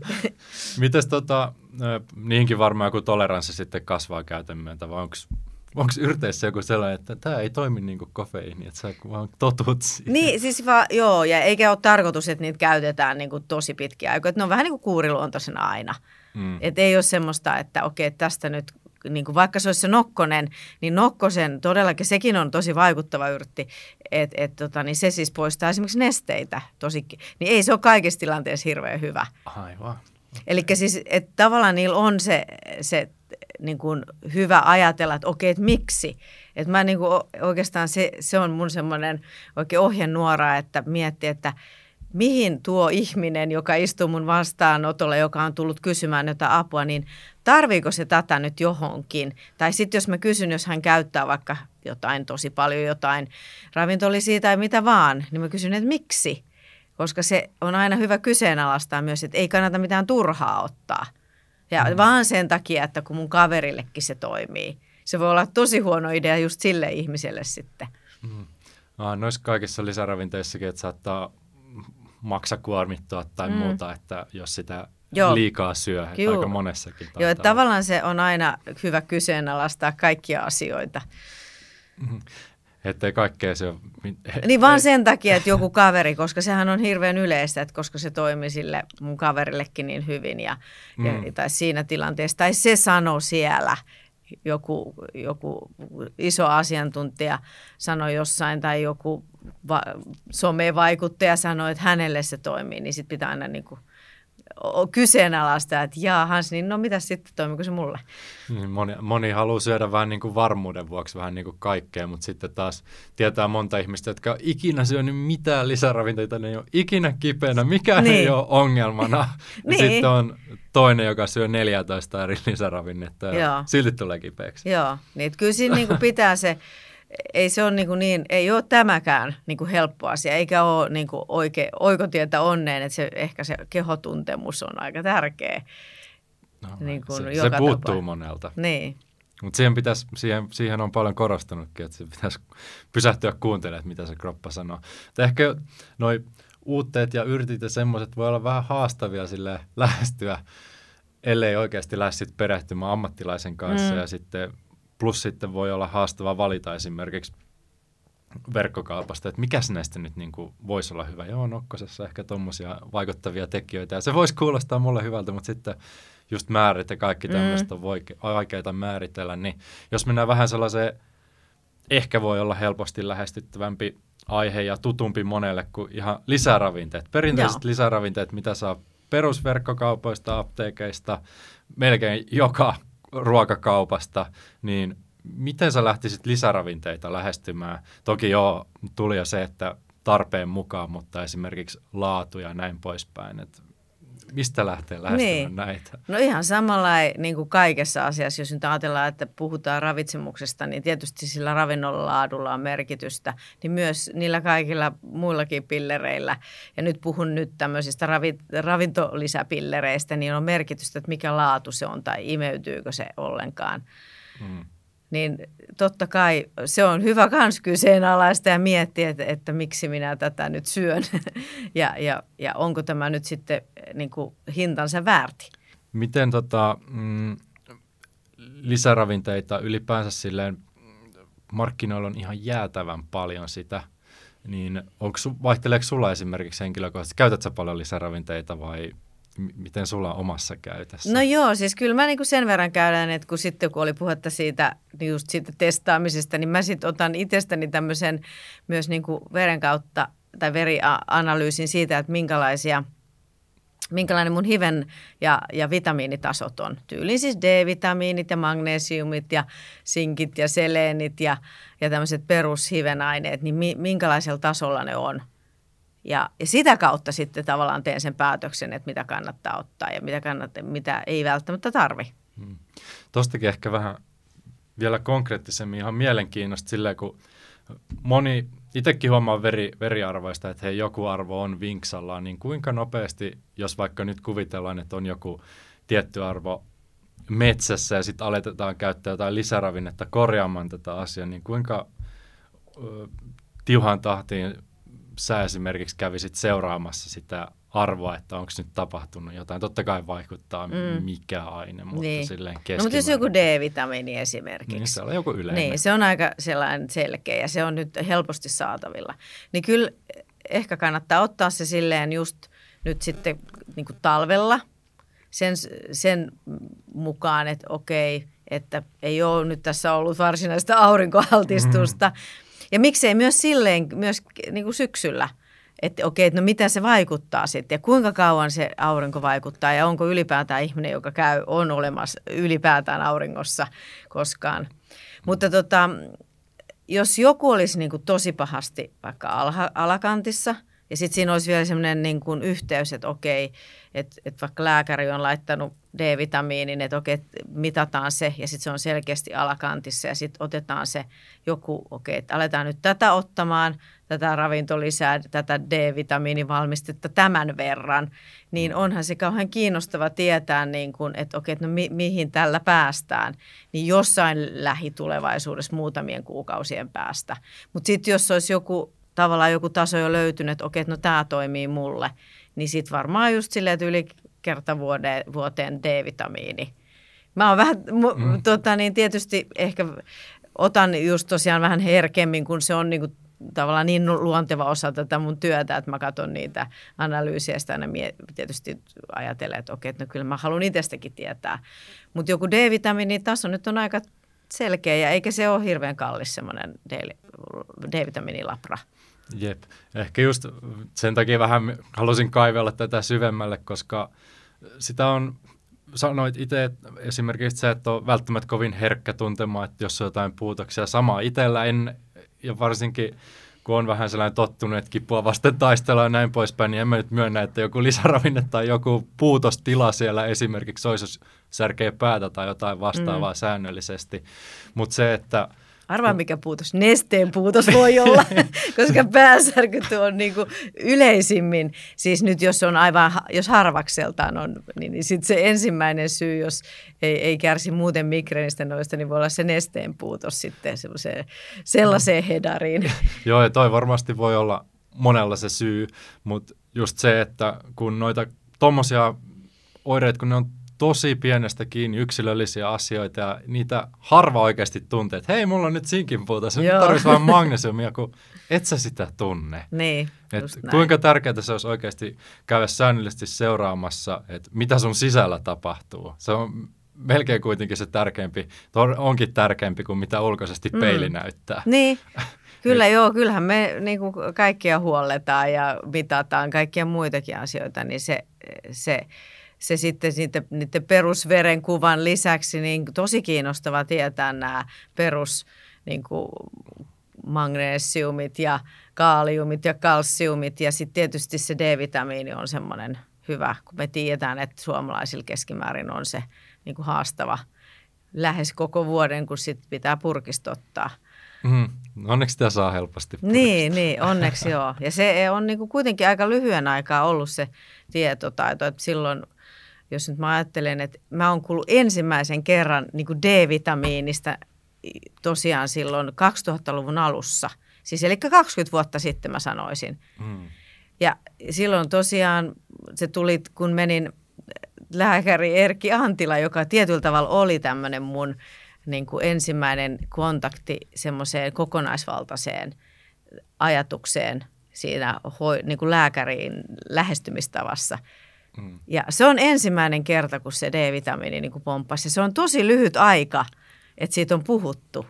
S1: Mites niinkin varmaan joku toleranssi sitten kasvaa käytön myötä, vai onko yrteissä joku sellainen, että tämä ei toimi niin kuin kofeiini, että sä vaan totut siihen? Niin,
S2: siis joo, ja eikä ole tarkoitus, että niitä käytetään niin kuin tosi pitkiä aikoja. Että ne on vähän niin kuin kuuriluontoisena aina. Että ei ole semmoista, että okei, tästä nyt, niin kuin vaikka se olisi se nokkonen, niin nokkosen todellakin, sekin on tosi vaikuttava yrtti. Niin se siis poistaa esimerkiksi nesteitä tosikin. Niin ei se ole kaikissa tilanteissa hirveän hyvä.
S1: Aivan.
S2: Eli siis, että tavallaan niillä on se niin kuin hyvä ajatella, että okei, että miksi. Että mä niin kuin oikeastaan se on mun semmoinen oikein ohjenuora, että miettii, että mihin tuo ihminen, joka istuu mun vastaanotolla, joka on tullut kysymään jotain apua, niin tarviiko se tätä nyt johonkin? Tai sitten jos mä kysyn, jos hän käyttää vaikka jotain tosi paljon, jotain ravintolisia tai mitä vaan, niin mä kysyn, että miksi? Koska se on aina hyvä kyseenalaistaa myös, että ei kannata mitään turhaa ottaa. Ja vaan sen takia, että kun mun kaverillekin se toimii. Se voi olla tosi huono idea just sille ihmiselle sitten.
S1: Noissa kaikissa lisäravinteissakin, että saattaa maksakuormittua tai muuta, että jos sitä liikaa syö, aika monessakin.
S2: Joo, että tavallaan se on aina hyvä kyseenalaistaa kaikkia asioita.
S1: Että ei kaikkea se ole.
S2: Niin vaan sen takia, että joku kaveri, koska sehän on hirveän yleistä, että koska se toimi sille mun kaverillekin niin hyvin tai siinä tilanteessa. Tai se sanoi siellä, joku iso asiantuntija sanoi jossain tai joku somevaikuttaja sanoi, että hänelle se toimii, niin sitten pitää aina niin kuin kyseenalaista, että jaahans, niin no mitä sitten, toimiko se mulle?
S1: Moni haluaa syödä vähän niin kuin varmuuden vuoksi vähän niin kuin kaikkea, mutta sitten taas tietää monta ihmistä, jotka on ikinä syönyt mitään lisäravinteita, ne ei ole ikinä kipeänä, mikään ei ole ongelmana. Sitten on toinen, joka syö 14 eri lisäravinnetta ja silti tulee kipeäksi.
S2: Joo, niin kyllä siinä niin kuin pitää se. Ei se ole ei ole tämäkään helppo asia, eikä ole oikotietä onneen, että ehkä se kehotuntemus on aika tärkeä.
S1: Se puuttuu monelta.
S2: Niin.
S1: Mutta siihen on paljon korostanutkin, että se pitäisi pysähtyä kuuntelemaan, mitä se kroppa sanoo. Ehkä noi uutteet ja yrtit ja semmoiset voi olla vähän haastavia sille lähestyä, ellei oikeasti lähde sitten perehtymään ammattilaisen kanssa ja sitten plus sitten voi olla haastava valita esimerkiksi verkkokaupasta, että mikäs näistä nyt niin kuin voisi olla hyvä. Joo, nokkosessa ehkä tuommoisia vaikuttavia tekijöitä ja se voisi kuulostaa mulle hyvältä, mutta sitten just määrit ja kaikki tämmöistä on vaikeita määritellä, niin jos mennään vähän sellaiseen, ehkä voi olla helposti lähestyttävämpi aihe ja tutumpi monelle kuin ihan lisäravinteet. Perinteiset lisäravinteet, mitä saa perusverkkokaupoista, apteekeista, melkein joka ruokakaupasta, niin miten sä lähtisit lisäravinteita lähestymään? Toki tuli jo se, että tarpeen mukaan, mutta esimerkiksi laatu ja näin poispäin. Et mistä lähtee lähestymään näitä?
S2: No ihan samalla niin kuin kaikessa asiassa, jos nyt ajatellaan, että puhutaan ravitsemuksesta, niin tietysti sillä ravinnon laadulla on merkitystä, niin myös niillä kaikilla muillakin pillereillä, ja nyt puhun nyt tämmöisistä ravintolisäpillereistä, niin on merkitystä, että mikä laatu se on tai imeytyykö se ollenkaan. Niin totta kai se on hyvä kans kyseenalaista ja miettiä, että miksi minä tätä nyt syön ja onko tämä nyt sitten niin kuin hintansa väärti.
S1: Miten lisäravinteita ylipäänsä silleen, markkinoilla on ihan jäätävän paljon sitä, niin vaihteleeko sulla esimerkiksi henkilökohtaisesti, käytätkö paljon lisäravinteita vai miten sulla on omassa käytössä?
S2: No joo, siis kyllä mä niinku sen verran käydään, että kun oli puhetta siitä, just siitä testaamisesta, niin mä sitten otan itsestäni tämmöisen myös niinku veren kautta tai verianalyysin siitä, että minkälainen mun hiven ja vitamiinitasot on. Tyyliin siis D-vitamiinit ja magnesiumit ja sinkit ja seleenit ja tämmöiset perushivenaineet, niin minkälaisella tasolla ne on. Ja sitä kautta sitten tavallaan teen sen päätöksen, että mitä kannattaa ottaa ja mitä ei välttämättä tarvi.
S1: Tuostakin ehkä vähän vielä konkreettisemmin ihan mielenkiinnosta silleen, kun moni itsekin huomaa veriarvoista, että hei, joku arvo on vinksallaan, niin kuinka nopeasti, jos vaikka nyt kuvitellaan, että on joku tietty arvo metsässä ja sitten aletetaan käyttää jotain lisäravinnetta korjaamaan tätä asiaa, niin kuinka tiuhaan tahtiin sä esimerkiksi kävisit seuraamassa sitä arvoa, että onko nyt tapahtunut jotain. Totta kai vaikuttaa mikä aine, mutta silleen keskimäärin.
S2: No mutta jos joku D-vitamiini esimerkiksi.
S1: Niin se on joku yleinen.
S2: Niin, se on aika sellainen selkeä ja se on nyt helposti saatavilla. Niin kyllä ehkä kannattaa ottaa se silleen just nyt sitten niin kuin talvella sen mukaan, että okei, että ei ole nyt tässä ollut varsinaista aurinkoaltistusta. Ja miksei myös silleen, myös niin kuin syksyllä, että okei, no mitä se vaikuttaa sitten ja kuinka kauan se aurinko vaikuttaa ja onko ylipäätään ihminen, joka on olemassa ylipäätään auringossa koskaan. Mutta jos joku olisi niin kuin tosi pahasti vaikka alakantissa ja sitten siinä olisi vielä sellainen niin kuin yhteys, että okei, että vaikka lääkäri on laittanut D-vitamiinin, että okei, mitataan se ja sitten se on selkeästi alakantissa ja sitten otetaan se joku, okei, että aletaan nyt tätä ottamaan, tätä ravintolisää, tätä D-vitamiinivalmistetta tämän verran, niin onhan se kauhean kiinnostava tietää, niin kuin, että okei, no mihin tällä päästään, niin jossain lähitulevaisuudessa muutamien kuukausien päästä. Mutta sitten jos olisi tavallaan joku taso jo löytynyt, että okei, no tämä toimii mulle, niin sitten varmaan just silleen, että yli kertavuoteen D-vitamiini. Mä oon vähän, niin tietysti ehkä otan just tosiaan vähän herkemmin, kun se on niinku tavallaan niin luonteva osa tätä mun työtä, että mä katson niitä analyysiä ja aina tietysti ajattelen, että okei, no kyllä mä haluan itsestäkin tietää. Mutta joku D-vitamiinitaso nyt on aika selkeä ja eikä se ole hirveän kallis semmoinen D-vitamiinilapra.
S1: Jep. Ehkä just sen takia vähän halusin kaivella tätä syvemmälle, koska sitä on, sanoit itse, että esimerkiksi se, että on välttämättä kovin herkkä tuntemaan, että jos on jotain puutoksia. Sama itsellä ja varsinkin kun on vähän sellainen tottunut, että kipua vasten taistella ja näin poispäin, niin en mä nyt myönnä, että joku lisäravinne tai joku puutostila siellä esimerkiksi olisi, jos särkee päätä tai jotain vastaavaa säännöllisesti. Mutta se, että
S2: arvaa mikä puutos, nesteen puutos voi olla, koska päänsärkyt on niin kuin yleisimmin, siis nyt jos harvakseltaan on, niin sitten se ensimmäinen syy, jos ei kärsi muuten migreenistä noista, niin voi olla se nesteen puutos sitten sellaiseen hedariin.
S1: Joo, ja toi varmasti voi olla monella se syy, mutta just se, että kun noita tommosia oireita, kun ne on tosi pienestä kiinni yksilöllisiä asioita ja niitä harva oikeasti tuntee, että hei, mulla on nyt sinkinpuuta, se tarvitsisi vain magnesiumia, kun et sä sitä tunne.
S2: Niin,
S1: kuinka tärkeää se olisi oikeasti käydä säännöllisesti seuraamassa, että mitä sun sisällä tapahtuu. Se on melkein kuitenkin se tärkeämpi, onkin tärkeämpi kuin mitä ulkoisesti peili näyttää.
S2: Niin. Kyllä joo, kyllähän me niin kuin kaikkia huolletaan ja mitataan kaikkia muitakin asioita, niin se sitten niiden perusverenkuvan lisäksi niin tosi kiinnostava tietää nämä perus niin kuin magnesiumit ja kaaliumit ja kalsiumit ja sitten tietysti se D-vitamiini on semmoinen hyvä, kun me tiedetään, että suomalaisilla keskimäärin on se niin kuin haastava lähes koko vuoden, kun sitten pitää purkista ottaa.
S1: Onneksi sitä saa helposti.
S2: Niin, onneksi joo. Ja se on niin kuin kuitenkin aika lyhyen aikaa ollut se tietotaito, että silloin, jos nyt mä ajattelen, että mä oon kuullut ensimmäisen kerran niin kuin D-vitamiinista tosiaan silloin 2000-luvun alussa. Siis eli 20 vuotta sitten mä sanoisin. Ja silloin tosiaan se tuli, kun menin lääkäri Erkki Antila, joka tietyllä tavalla oli tämmöinen mun niin kuin ensimmäinen kontakti semmoiseen kokonaisvaltaiseen ajatukseen siinä niin kuin lääkärin lähestymistavassa. Ja se on ensimmäinen kerta, kun se D-vitamiini niin kuin pomppasi. Se on tosi lyhyt aika, että siitä on puhuttu.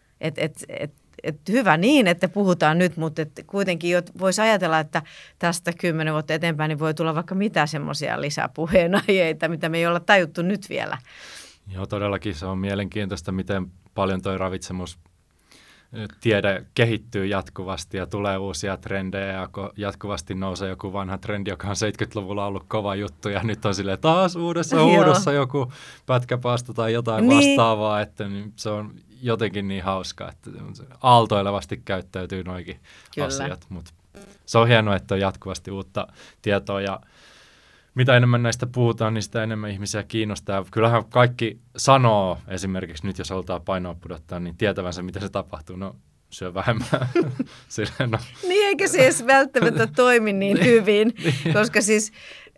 S2: Hyvä niin, että puhutaan nyt, mutta kuitenkin voisi ajatella, että tästä 10 vuotta eteenpäin niin voi tulla vaikka mitä semmoisia lisäpuheenaiheita, mitä me ei olla tajuttu nyt vielä.
S1: Joo, todellakin se on mielenkiintoista, miten paljon toi ravitsemustiede kehittyy jatkuvasti ja tulee uusia trendejä ja jatkuvasti nousee joku vanha trendi, joka on 70-luvulla ollut kova juttu ja nyt on silleen taas uudessa joku pätkäpasta tai jotain vastaavaa, että niin se on jotenkin niin hauska, että aaltoilevasti käyttäytyy noikin asiat, mutta se on hienoa, että on jatkuvasti uutta tietoa ja mitä enemmän näistä puhutaan, niin sitä enemmän ihmisiä kiinnostaa. Kyllähän kaikki sanoo esimerkiksi nyt, jos halutaan painoa pudottaa, niin tietävänsä, miten se tapahtuu. No, syö vähemmän. Silleen, no.
S2: Niin, eikä se edes välttämättä toimi niin hyvin, koska siis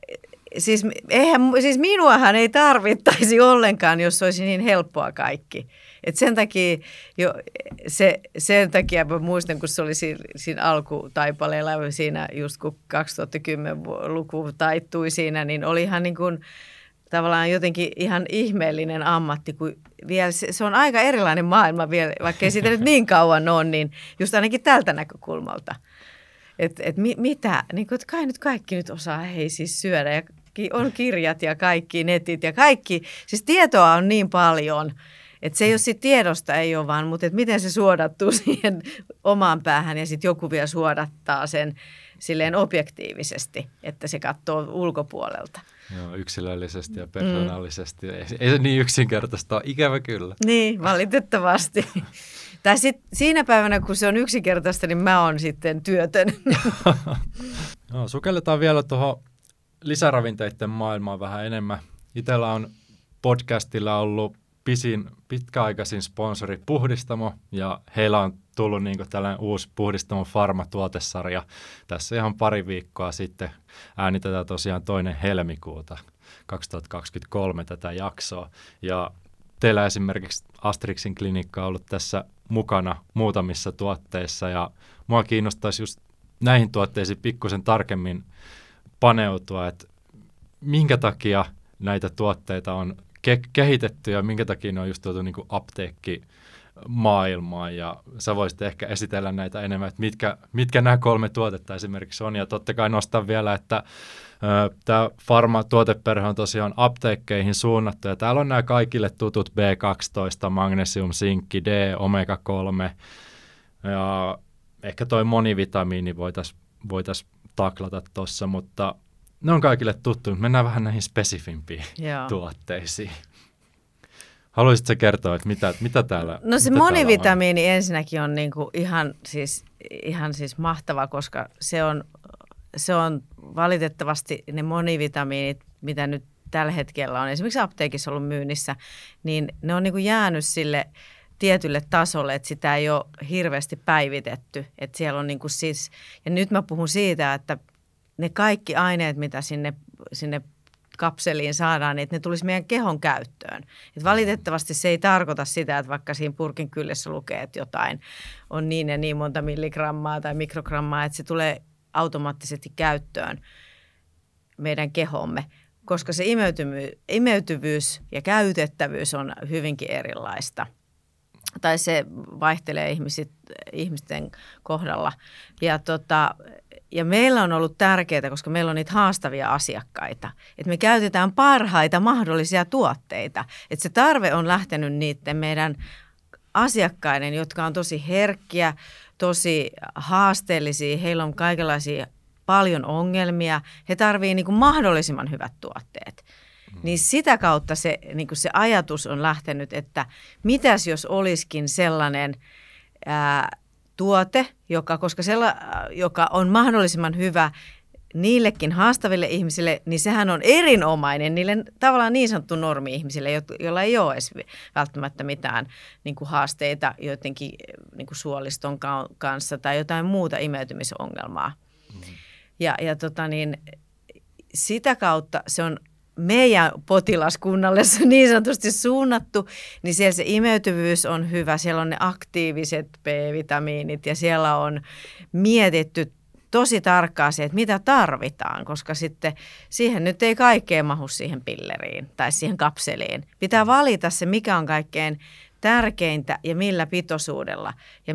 S2: minuahan ei tarvittaisi ollenkaan, jos olisi niin helppoa kaikki. Et sen takia mä muistan, kun se oli siinä alkutaipaleella, siinä just kun 2010-luku taittui siinä, niin oli ihan niin kuin tavallaan jotenkin ihan ihmeellinen ammatti, kun vielä se on aika erilainen maailma vielä, vaikka ei siitä nyt niin kauan ole, niin just ainakin tältä näkökulmalta. Mitä, niin kuin, että kai nyt kaikki nyt osaa siis syödä ja on kirjat ja kaikki netit ja kaikki, siis tietoa on niin paljon. Että se ei ole siitä tiedosta, ei ole vaan, mutta että miten se suodattuu siihen omaan päähän ja sitten joku vielä suodattaa sen silleen objektiivisesti, että se katsoo ulkopuolelta.
S1: Joo, yksilöllisesti ja persoonallisesti. Ei se niin yksinkertaista ole, ikävä kyllä.
S2: Niin, valitettavasti. Tai sitten siinä päivänä, kun se on yksinkertaista, niin mä oon sitten työtön.
S1: No, sukelletaan vielä tuohon lisäravinteiden maailmaan vähän enemmän. Itsellä on podcastilla ollut pitkäaikaisin sponsori Puhdistamo, ja heillä on tullut niin kuin tällainen uusi Puhdistamo Pharma-tuotesarja. Tässä ihan pari viikkoa sitten äänitetään tosiaan 2. helmikuuta 2023 tätä jaksoa. Ja teillä esimerkiksi Asterixin klinikka on ollut tässä mukana muutamissa tuotteissa, ja mua kiinnostaisi just näihin tuotteisiin pikkusen tarkemmin paneutua, että minkä takia näitä tuotteita on kehitetty ja minkä takia ne on just tuotu niin kuin apteekkimaailmaan, ja sä voisit ehkä esitellä näitä enemmän, että mitkä nämä 3 tuotetta esimerkiksi on, ja totta kai nostan vielä, että tämä Pharma-tuoteperhe on tosiaan apteekkeihin suunnattu, ja täällä on nämä kaikille tutut B12, magnesium, sinkki, D, omega-3, ja ehkä toi monivitamiini voitaisiin taklata tuossa, mutta ne on kaikille tuttu. Mennään vähän näihin spesifimpiin tuotteisiin. Haluaisitko kertoa, että mitä täällä on?
S2: No se monivitamiini ensinnäkin on niinku ihan siis mahtava, koska se on valitettavasti ne monivitamiinit, mitä nyt tällä hetkellä on esimerkiksi apteekissa ollut myynnissä, niin ne on niinku jäänyt sille tietylle tasolle, että sitä ei ole hirveästi päivitetty. Että siellä on niin kuin siis, ja nyt mä puhun siitä, että ne kaikki aineet, mitä sinne kapseliin saadaan, niin että ne tulisi meidän kehon käyttöön. Et valitettavasti se ei tarkoita sitä, että vaikka siinä purkin kyljessä lukee, että jotain on niin ja niin monta milligrammaa tai mikrogrammaa, että se tulee automaattisesti käyttöön meidän kehomme, koska se imeytyvyys ja käytettävyys on hyvinkin erilaista. Tai se vaihtelee ihmisten kohdalla. Ja meillä on ollut tärkeää, koska meillä on niitä haastavia asiakkaita, että me käytetään parhaita mahdollisia tuotteita. Että se tarve on lähtenyt niiden meidän asiakkaiden, jotka on tosi herkkiä, tosi haasteellisia, heillä on kaikenlaisia paljon ongelmia, he tarvitsevat niin kuin mahdollisimman hyvät tuotteet. Niin sitä kautta se, niin kuin se ajatus on lähtenyt, että mitäs jos olisikin sellainen tuote, joka on mahdollisimman hyvä niillekin haastaville ihmisille, niin sehän on erinomainen niille tavallaan niin sanottu normi-ihmisille, joilla ei ole edes välttämättä mitään niin kuin haasteita joidenkin niin kuin suoliston kanssa tai jotain muuta imeytymisongelmaa. Ja sitä kautta se on meidän potilaskunnalle niin sanotusti suunnattu, niin siellä se imeytyvyys on hyvä, siellä on ne aktiiviset B-vitamiinit ja siellä on mietitty tosi tarkkaan se, että mitä tarvitaan, koska sitten siihen nyt ei kaikkea mahu siihen pilleriin tai siihen kapseliin. Pitää valita se, mikä on kaikkein tärkeintä ja millä pitoisuudella ja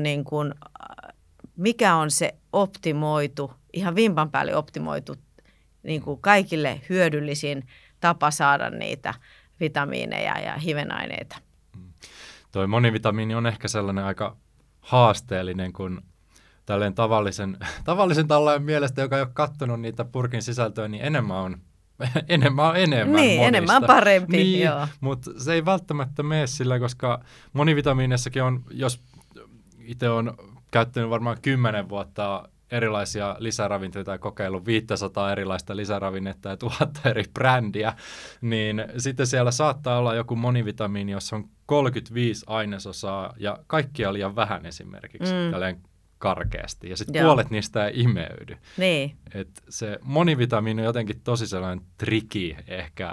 S2: mikä on se optimoitu, ihan vimpan päälle optimoitu niin kuin kaikille hyödyllisin tapa saada niitä vitamiineja ja hivenaineita.
S1: Toi monivitamiini on ehkä sellainen aika haasteellinen, kun tälleen tavallisen tallajan mielestä, joka ei ole katsonut niitä purkin sisältöä, niin enemmän on enemmän
S2: niin,
S1: monista.
S2: enemmän parempi,
S1: niin,
S2: joo.
S1: Mutta se ei välttämättä mene sillä, koska monivitamiinissakin on, jos itse on käyttänyt varmaan 10 vuotta erilaisia lisäravinteita ja kokeillut 500 erilaista lisäravinnetta ja 1000 eri brändiä, niin sitten siellä saattaa olla joku monivitamiini, jossa on 35 ainesosaa ja kaikkia liian vähän esimerkiksi, tälleen karkeasti. Ja sitten puolet niistä ei imeydy.
S2: Niin.
S1: Et se monivitamiini on jotenkin tosi sellainen triki ehkä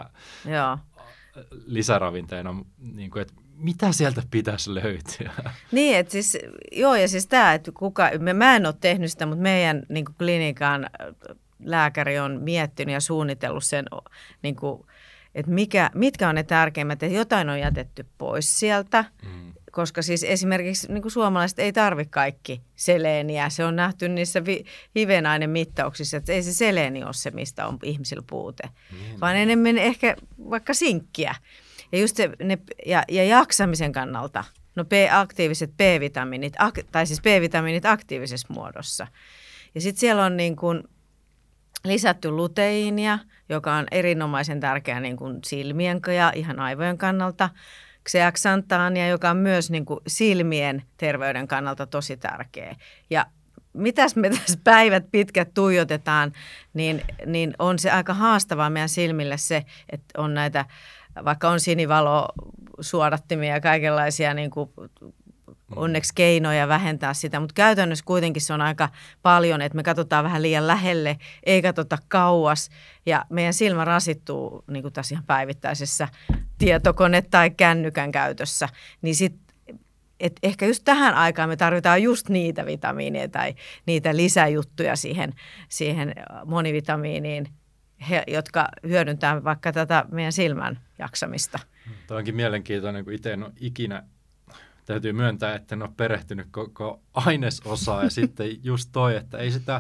S1: lisäravinteena, niin kuin, että mitä sieltä pitäisi löytyä? Niin,
S2: että siis, ja siis tämä, että mä en ole tehnyt sitä, mutta meidän niin kuin klinikan lääkäri on miettinyt ja suunnitellut sen, niin kuin, että mitkä on ne tärkeimmät, että jotain on jätetty pois sieltä, koska siis esimerkiksi niin kuin suomalaiset ei tarvitse kaikki seleeniä. Se on nähty niissä hivenainemittauksissa, että ei se seleeni ole se, mistä on ihmisillä puute, vaan enemmän ehkä vaikka sinkkiä. Ja just ja jaksamisen kannalta, aktiiviset B-vitamiinit, tai siis B-vitamiinit aktiivisessa muodossa. Ja sitten siellä on niin kuin lisätty luteiinia, joka on erinomaisen tärkeä niin kuin silmien ja ihan aivojen kannalta. Zeaxanthaania, joka on myös niin kuin silmien terveyden kannalta tosi tärkeä. Ja mitäs me tässä päivät pitkät tuijotetaan, niin on se aika haastavaa meidän silmille se, että on näitä, vaikka on sinivalosuodattimia ja kaikenlaisia niin kuin onneksi keinoja vähentää sitä, mutta käytännössä kuitenkin se on aika paljon, että me katsotaan vähän liian lähelle, ei katsota kauas ja meidän silmä rasittuu niin kuin tässä ihan päivittäisessä tietokone- tai kännykän käytössä, niin sitten ehkä just tähän aikaan me tarvitaan just niitä vitamiineja tai niitä lisäjuttuja siihen monivitamiiniin, jotka hyödyntää vaikka tätä meidän silmän jaksamista.
S1: Tämä onkin mielenkiintoinen, kun itse en ole ikinä, täytyy myöntää, että en ole perehtynyt koko ainesosaa ja sitten just toi, että ei sitä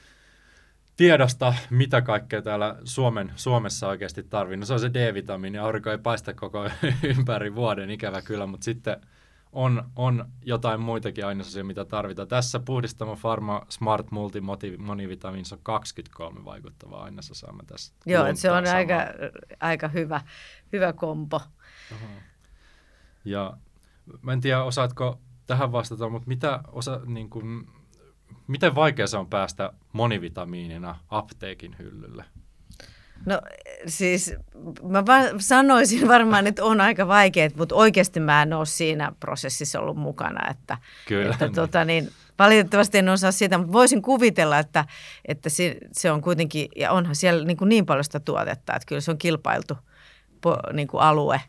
S1: tiedosta, mitä kaikkea täällä Suomessa oikeasti tarvii. No se on se D-vitamiini, aurinko ei paista koko ympäri vuoden, ikävä kyllä, mutta sitten on jotain muitakin ainesosia, mitä tarvitaan. Tässä Puhdistamo Pharma Smart Multi Monivitaminissa on 23 vaikuttavaa ainesosaa.
S2: Joo, että se on aika hyvä kompo.
S1: Ja mä en tiedä, osaatko tähän vastata, mutta miten vaikea se on päästä monivitamiinina apteekin hyllylle?
S2: No siis mä sanoisin varmaan, että on aika vaikeet, mutta oikeasti mä en ole siinä prosessissa ollut mukana.
S1: Kyllä.
S2: Valitettavasti en osaa sitä, mutta voisin kuvitella, että se on kuitenkin, ja onhan siellä niin paljon sitä tuotetta, että kyllä se on kilpailtu niin kuin alue.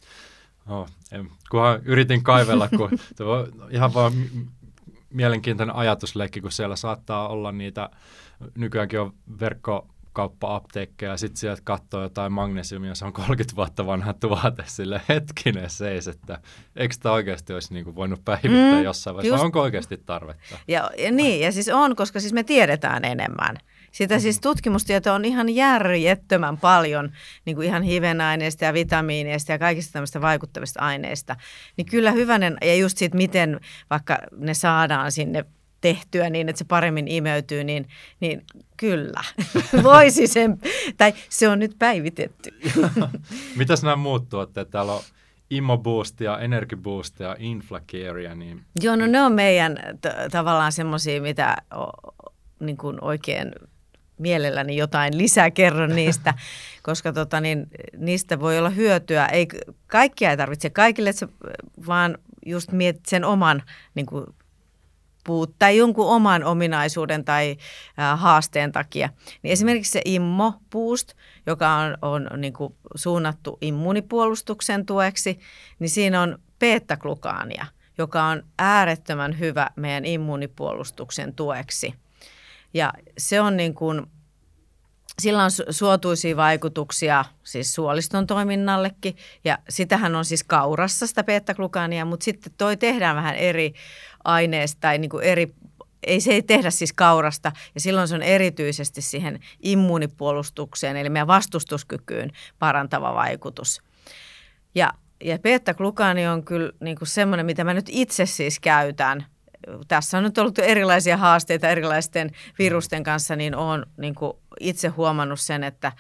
S1: Kunhan yritin kaivella, kun ihan vaan mielenkiintoinen ajatusleikki, kun siellä saattaa olla niitä, nykyäänkin on verkkokauppa-apteekkeja, ja sitten sieltä katsoo jotain magnesiumia, se on 30 vuotta vanha tuote, sille hetkinen seis, että eikö sitä oikeasti olisi niin kuin voinut päivittää jossain vaiheessa, vai onko oikeasti tarvetta?
S2: Ja siis on, koska siis me tiedetään enemmän. Sitä siis tutkimustietoa on ihan järjettömän paljon niin kuin ihan hivenaineista ja vitamiineista ja kaikista tämmöistä vaikuttavista aineista. Niin kyllä hyvänen, ja just siitä, miten vaikka ne saadaan sinne tehtyä niin, että se paremmin imeytyy, niin kyllä voisi sen, tai se on nyt päivitetty.
S1: Mitäs nämä muut tuotteet? Täällä on Immoboostia, Energiboostia, Inflacarea. Niin...
S2: Joo, no ne on meidän tavallaan semmoisia, mitä niin kuin oikein mielelläni jotain lisää kerron niistä, koska niistä voi olla hyötyä. Kaikkia ei tarvitse kaikille, vaan just mietit sen oman niin kuin tai jonkun oman ominaisuuden tai haasteen takia. Niin esimerkiksi se Immo Boost, joka on niin kuin suunnattu immuunipuolustuksen tueksi, niin siinä on beta-glukaania, joka on äärettömän hyvä meidän immuunipuolustuksen tueksi. Ja se on niin kuin, sillä on suotuisia vaikutuksia siis suoliston toiminnallekin, ja sitähän on siis kaurassa sitä beta-glukaania, mutta sitten toi tehdään vähän eri aineesta, tai niin kuin se ei tehdä siis kaurasta, ja silloin se on erityisesti siihen immuunipuolustukseen, eli meidän vastustuskykyyn parantava vaikutus. Ja beta-glukaani on kyllä niin kuin semmoinen, mitä mä nyt itse siis käytän. Tässä on nyt ollut erilaisia haasteita erilaisten virusten kanssa, niin olen niin kuin itse huomannut sen, että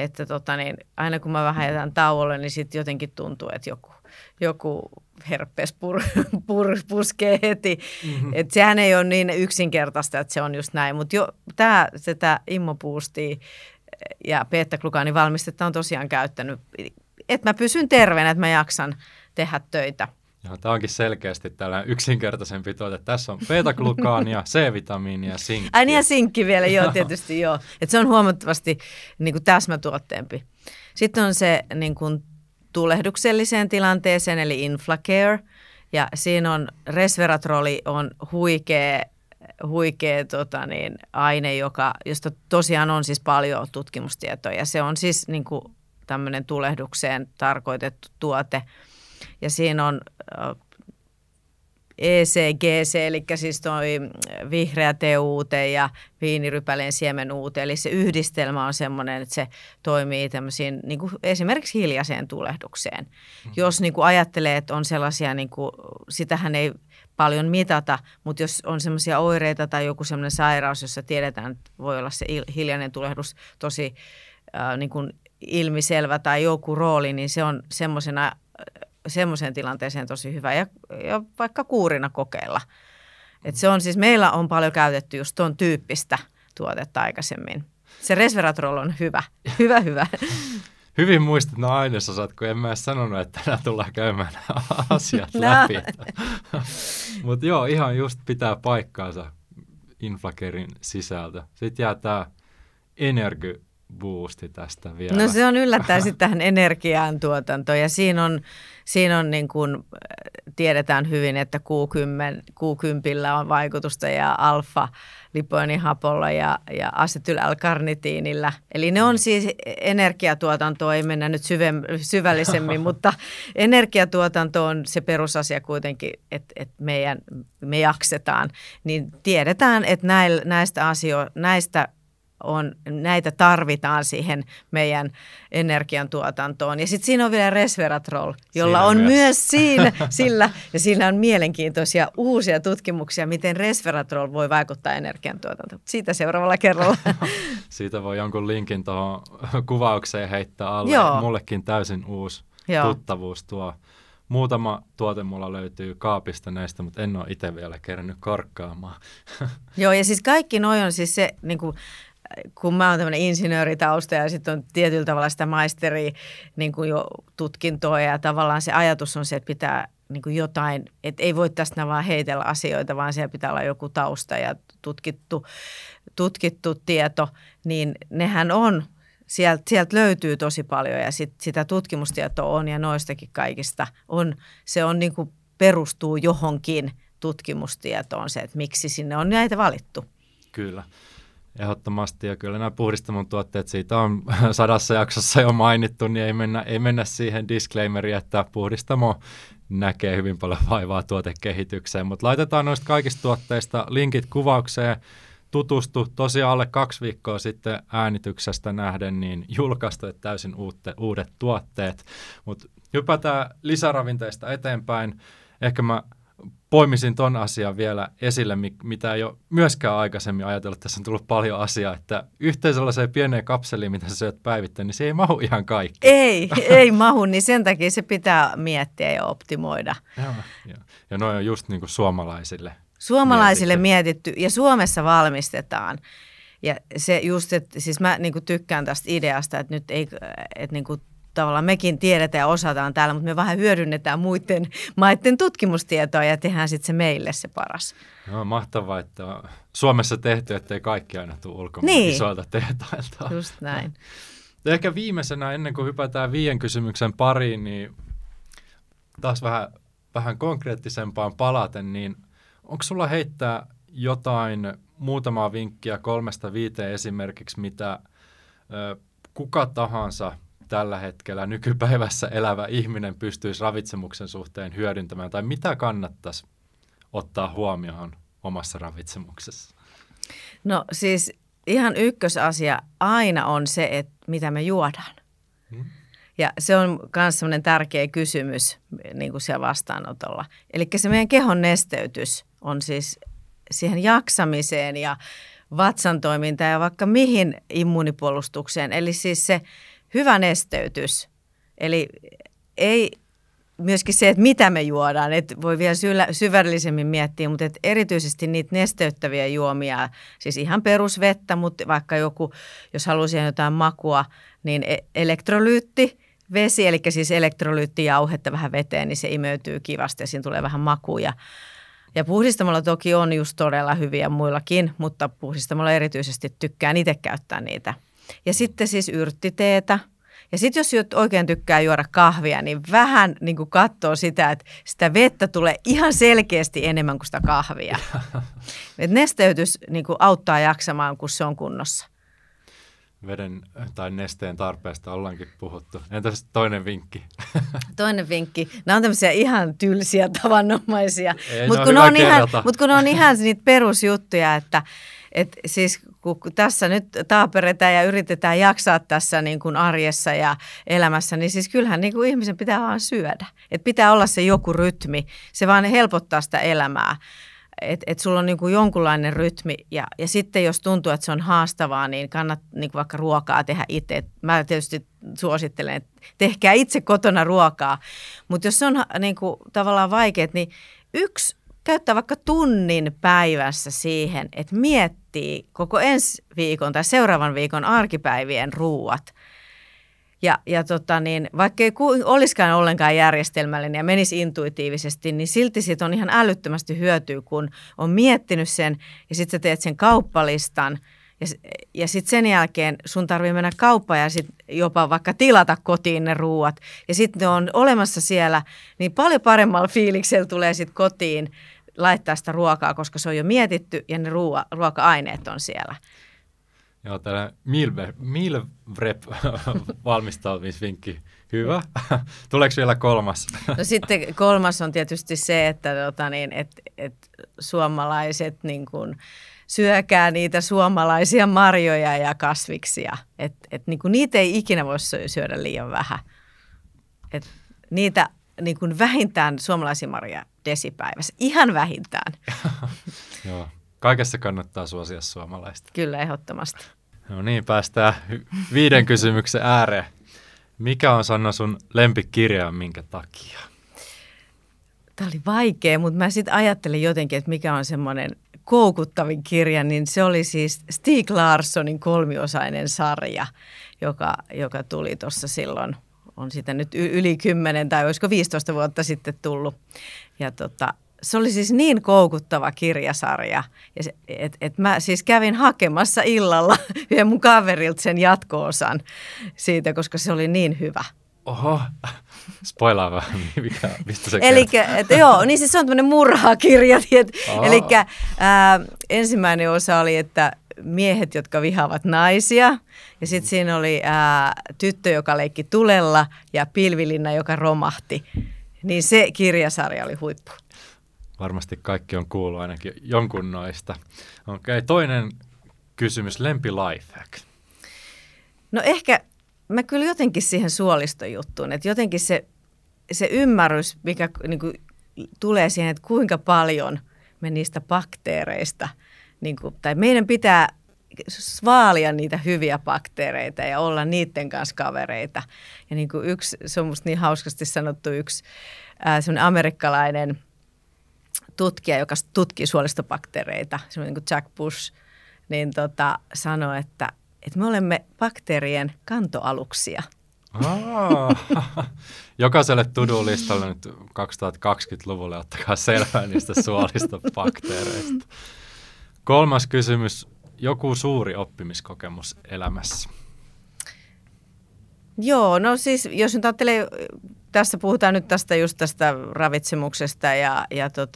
S2: aina kun mä vähän jätän tauolle, niin sitten jotenkin tuntuu, että joku herpes puskee heti. Mm-hmm. Että sehän ei ole niin yksinkertaista, että se on just näin, mutta tätä Immoboostia ja beta-glukaani valmistetta on tosiaan käyttänyt, että mä pysyn terveenä, että mä jaksan tehdä töitä.
S1: Joo, tämä onkin selkeästi tällainen yksinkertaisempi tuote. Tässä on beta-glukaania, C-vitamiinia ja sinkkiä.
S2: Ai niin, ja sinkki vielä, joo, tietysti joo. Että se on huomattavasti niin kuin täsmätuotteempi. Sitten on se niin kuin tulehdukselliseen tilanteeseen, eli Inflacare. Ja siinä on resveratroli on huikea aine, josta tosiaan on siis paljon tutkimustietoa. Ja se on siis niin kuin tämmöinen tulehdukseen tarkoitettu tuote. Ja siinä on ECGC, eli siis toi vihreä teouute ja viinirypäleen siemenuute. Eli se yhdistelmä on semmoinen, että se toimii tämmöisiin niin kuin esimerkiksi hiljaiseen tulehdukseen. Mm-hmm. Jos niin kuin ajattelee, että on sellaisia, niin kuin, sitähän ei paljon mitata, mutta jos on semmoisia oireita tai joku semmoinen sairaus, jossa tiedetään, että voi olla se hiljainen tulehdus tosi niin kuin ilmiselvä tai joku rooli, niin se on semmoiseen tilanteeseen tosi hyvä ja vaikka kuurina kokeilla. Et se on siis, meillä on paljon käytetty just tuon tyyppistä tuotetta aikaisemmin. Se resveratrol on hyvä.
S1: Hyvin muistat nämä ainesosat, kun en mä edes sanonut, että tänään tullaan käymään asiat läpi. Mutta joo, ihan just pitää paikkaansa Inflacarin sisältö. Sitten jää tämä Energy-boosti tästä vielä.
S2: No se on yllättäen sitten tähän energiaan tuotantoon ja siinä on niin kuin tiedetään hyvin, että Q10 on vaikutusta ja alfa-lipoinihapolla ja asetyl-L-karnitiinillä. Eli ne on siis energiatuotantoa, ei mennä nyt syvällisemmin, mutta energiatuotanto on se perusasia kuitenkin, että me jaksetaan. Niin tiedetään, että näitä tarvitaan siihen meidän energiantuotantoon. Ja sitten siinä on vielä resveratrol, jolla on myös sillä, ja siinä on mielenkiintoisia uusia tutkimuksia, miten resveratrol voi vaikuttaa energiantuotantoon. Siitä seuraavalla kerralla.
S1: Siitä voi jonkun linkin tuohon kuvaukseen heittää alle.
S2: Joo.
S1: Mullekin täysin uusi tuttavuus tuo. Muutama tuote mulla löytyy kaapista näistä, mutta en ole itse vielä kerännyt korkkaamaan.
S2: Joo, ja siis kaikki noi on siis se niin kuin kun mä oon tämmöinen insinööritausta ja sitten on tietyllä tavalla sitä maisteria niin kuin jo tutkintoa ja tavallaan se ajatus on se, että pitää niin kuin jotain, että ei voi tästä vaan heitellä asioita, vaan siellä pitää olla joku tausta ja tutkittu tieto, niin nehän on, sieltä löytyy tosi paljon ja sitä tutkimustietoa on ja noistakin kaikista on, se on niin kuin perustuu johonkin tutkimustietoon se, että miksi sinne on näitä valittu.
S1: Kyllä. Ehdottomasti, ja kyllä nämä puhdistamon tuotteet, siitä on 100 jaksossa jo mainittu, niin ei mennä siihen disclaimeriin, että puhdistamo näkee hyvin paljon vaivaa tuotekehitykseen, mutta laitetaan noista kaikista tuotteista linkit kuvaukseen, tutustu tosiaan alle 2 viikkoa sitten äänityksestä nähden, niin julkaistu täysin uudet tuotteet, mutta hypätään lisäravinteista eteenpäin, ehkä mä poimisin ton asian vielä esille, mitä ei ole myöskään aikaisemmin ajatellut. Tässä on tullut paljon asiaa, että yhteen sellaiseen pieneen kapseliin, mitä sä syöt päivittäin, niin se ei mahu ihan kaikki.
S2: Ei mahu, niin sen takia se pitää miettiä ja optimoida.
S1: Ja noi on just niin kuin suomalaisille.
S2: Suomalaisille mietitty ja Suomessa valmistetaan. Ja se just, että siis mä niin kuin tykkään tästä ideasta, että nyt ei, että niin kuin tavallaan mekin tiedetään ja osataan täällä, mutta me vähän hyödynnetään muiden maiden tutkimustietoa ja tehdään sitten se meille se paras.
S1: No, mahtavaa, että on Suomessa tehty, ettei kaikki aina tule ulkomaan isoilta tehtailta.
S2: Just näin.
S1: Ja ehkä viimeisenä, ennen kuin hypätään 5 kysymyksen pariin, niin taas vähän konkreettisempaan palaten, niin onko sulla heittää jotain muutamaa vinkkiä 3-5 esimerkiksi, mitä kuka tahansa tällä hetkellä nykypäivässä elävä ihminen pystyisi ravitsemuksen suhteen hyödyntämään, tai mitä kannattaisi ottaa huomioon omassa ravitsemuksessa?
S2: No siis ihan ykkösasia aina on se, että mitä me juodaan. Ja se on myös sellainen tärkeä kysymys niin kuin siellä vastaanotolla. Eli se meidän kehon nesteytys on siis siihen jaksamiseen ja vatsan toimintaan ja vaikka mihin immuunipuolustukseen. Eli siis se hyvä nesteytys. Eli ei myöskin se, että mitä me juodaan, että voi vielä syvällisemmin miettiä, mutta että erityisesti niitä nesteyttäviä juomia, siis ihan perusvettä, mutta vaikka joku, jos haluaa siihen jotain makua, niin elektrolyytti, vesi, eli siis elektrolyyttijauhetta vähän veteen, niin se imeytyy kivasti ja siinä tulee vähän makuja. Ja puhdistamalla toki on just todella hyviä muillakin, mutta puhdistamalla erityisesti tykkään itse käyttää niitä. Ja sitten siis yrttiteetä. Ja sitten jos oikein tykkää juoda kahvia, niin vähän niin kuin katsoo sitä, että sitä vettä tulee ihan selkeästi enemmän kuin sitä kahvia. Et nesteytys niin kuin auttaa jaksamaan, kun se on kunnossa.
S1: Veden tai nesteen tarpeesta ollaankin puhuttu. Entäs toinen vinkki?
S2: Toinen vinkki. Nämä on tämmöisiä ihan tylsiä, tavanomaisia. Mutta kun ne on ihan niitä perusjuttuja, että siis kun tässä nyt taaperetaan ja yritetään jaksaa tässä niin kuin arjessa ja elämässä, niin siis kyllähän niin kuin ihmisen pitää vaan syödä. Että pitää olla se joku rytmi. Se vaan helpottaa sitä elämää. Että sulla on niin kuin jonkunlainen rytmi ja sitten jos tuntuu, että se on haastavaa, niin kannattaa niin kuin vaikka ruokaa tehdä itse. Mä tietysti suosittelen, että tehkää itse kotona ruokaa. Mutta jos se on niin kuin tavallaan vaikeaa, niin käyttää vaikka tunnin päivässä siihen, että miettii koko ensi viikon tai seuraavan viikon arkipäivien ruuat. Ja vaikka ei olisikaan ollenkaan järjestelmällinen ja menisi intuitiivisesti, niin silti siitä on ihan älyttömästi hyötyä, kun on miettinyt sen ja sitten sä teet sen kauppalistan. Ja sitten sen jälkeen sun tarvii mennä kauppaan ja sitten jopa vaikka tilata kotiin ne ruuat. Ja sitten ne on olemassa siellä, niin paljon paremmalla fiiliksellä tulee sitten kotiin laittaa sitä ruokaa, koska se on jo mietitty ja ne ruoka-aineet on siellä.
S1: Joo, tällainen meal prep valmistautumisvinkki. Hyvä. Tuleeko vielä 3?
S2: No sitten 3 on tietysti se, että suomalaiset niin kun syökää niitä suomalaisia marjoja ja kasviksia. Niin kun niitä ei ikinä voi syödä liian vähän. Niitä niin kun vähintään suomalaisia marjoja desipäivässä. Ihan vähintään.
S1: Joo. Kaikessa kannattaa suosia suomalaista.
S2: Kyllä, ehdottomasti.
S1: No niin, päästään 5 kysymyksen ääreen. Mikä on, Sanna, sun lempikirja, minkä takia?
S2: Tämä oli vaikea, mutta mä sitten ajattelin jotenkin, että mikä on semmoinen koukuttavin kirja, niin se oli siis Stieg Larssonin 3-osainen sarja, joka tuli tuossa silloin, on sitä nyt yli 10 tai olisiko 15 vuotta sitten tullut. Ja se oli siis niin koukuttava kirjasarja, että mä siis kävin hakemassa illalla yhden mun kaverilta sen jatko-osan siitä, koska se oli niin hyvä.
S1: Oho, spoilaa vähän, mistä se
S2: joo, niin siis se on tämmöinen murhakirja. Elikkä ensimmäinen osa oli, että miehet, jotka vihaavat naisia, ja sitten siinä oli tyttö, joka leikki tulella, ja pilvilinna, joka romahti. Niin se kirjasarja oli huippu.
S1: Varmasti kaikki on kuullut ainakin jonkun noista. Okei, toinen kysymys, lempi lifehack.
S2: No ehkä mä kyllä jotenkin siihen suolistojuttuun, että jotenkin se ymmärrys, mikä niin kuin tulee siihen, että kuinka paljon me niistä bakteereista, niin kuin, tai meidän pitää vaalia niitä hyviä bakteereita ja olla niiden kanssa kavereita. Ja niin kuin se on musta niin hauskasti sanottu semmoinen amerikkalainen tutkija, joka tutkii suolistobakteereita, semmoinen niin kuin Jack Bush, niin sanoi, että me olemme bakteerien kantoaluksia.
S1: Jokaiselle to-do-listalle nyt 2020-luvulle ottakaa selvää niistä suolistobakteereista. 3. kysymys, joku suuri oppimiskokemus elämässä?
S2: Joo, no siis jos nyt ajattelee, tässä puhutaan nyt tästä ravitsemuksesta ja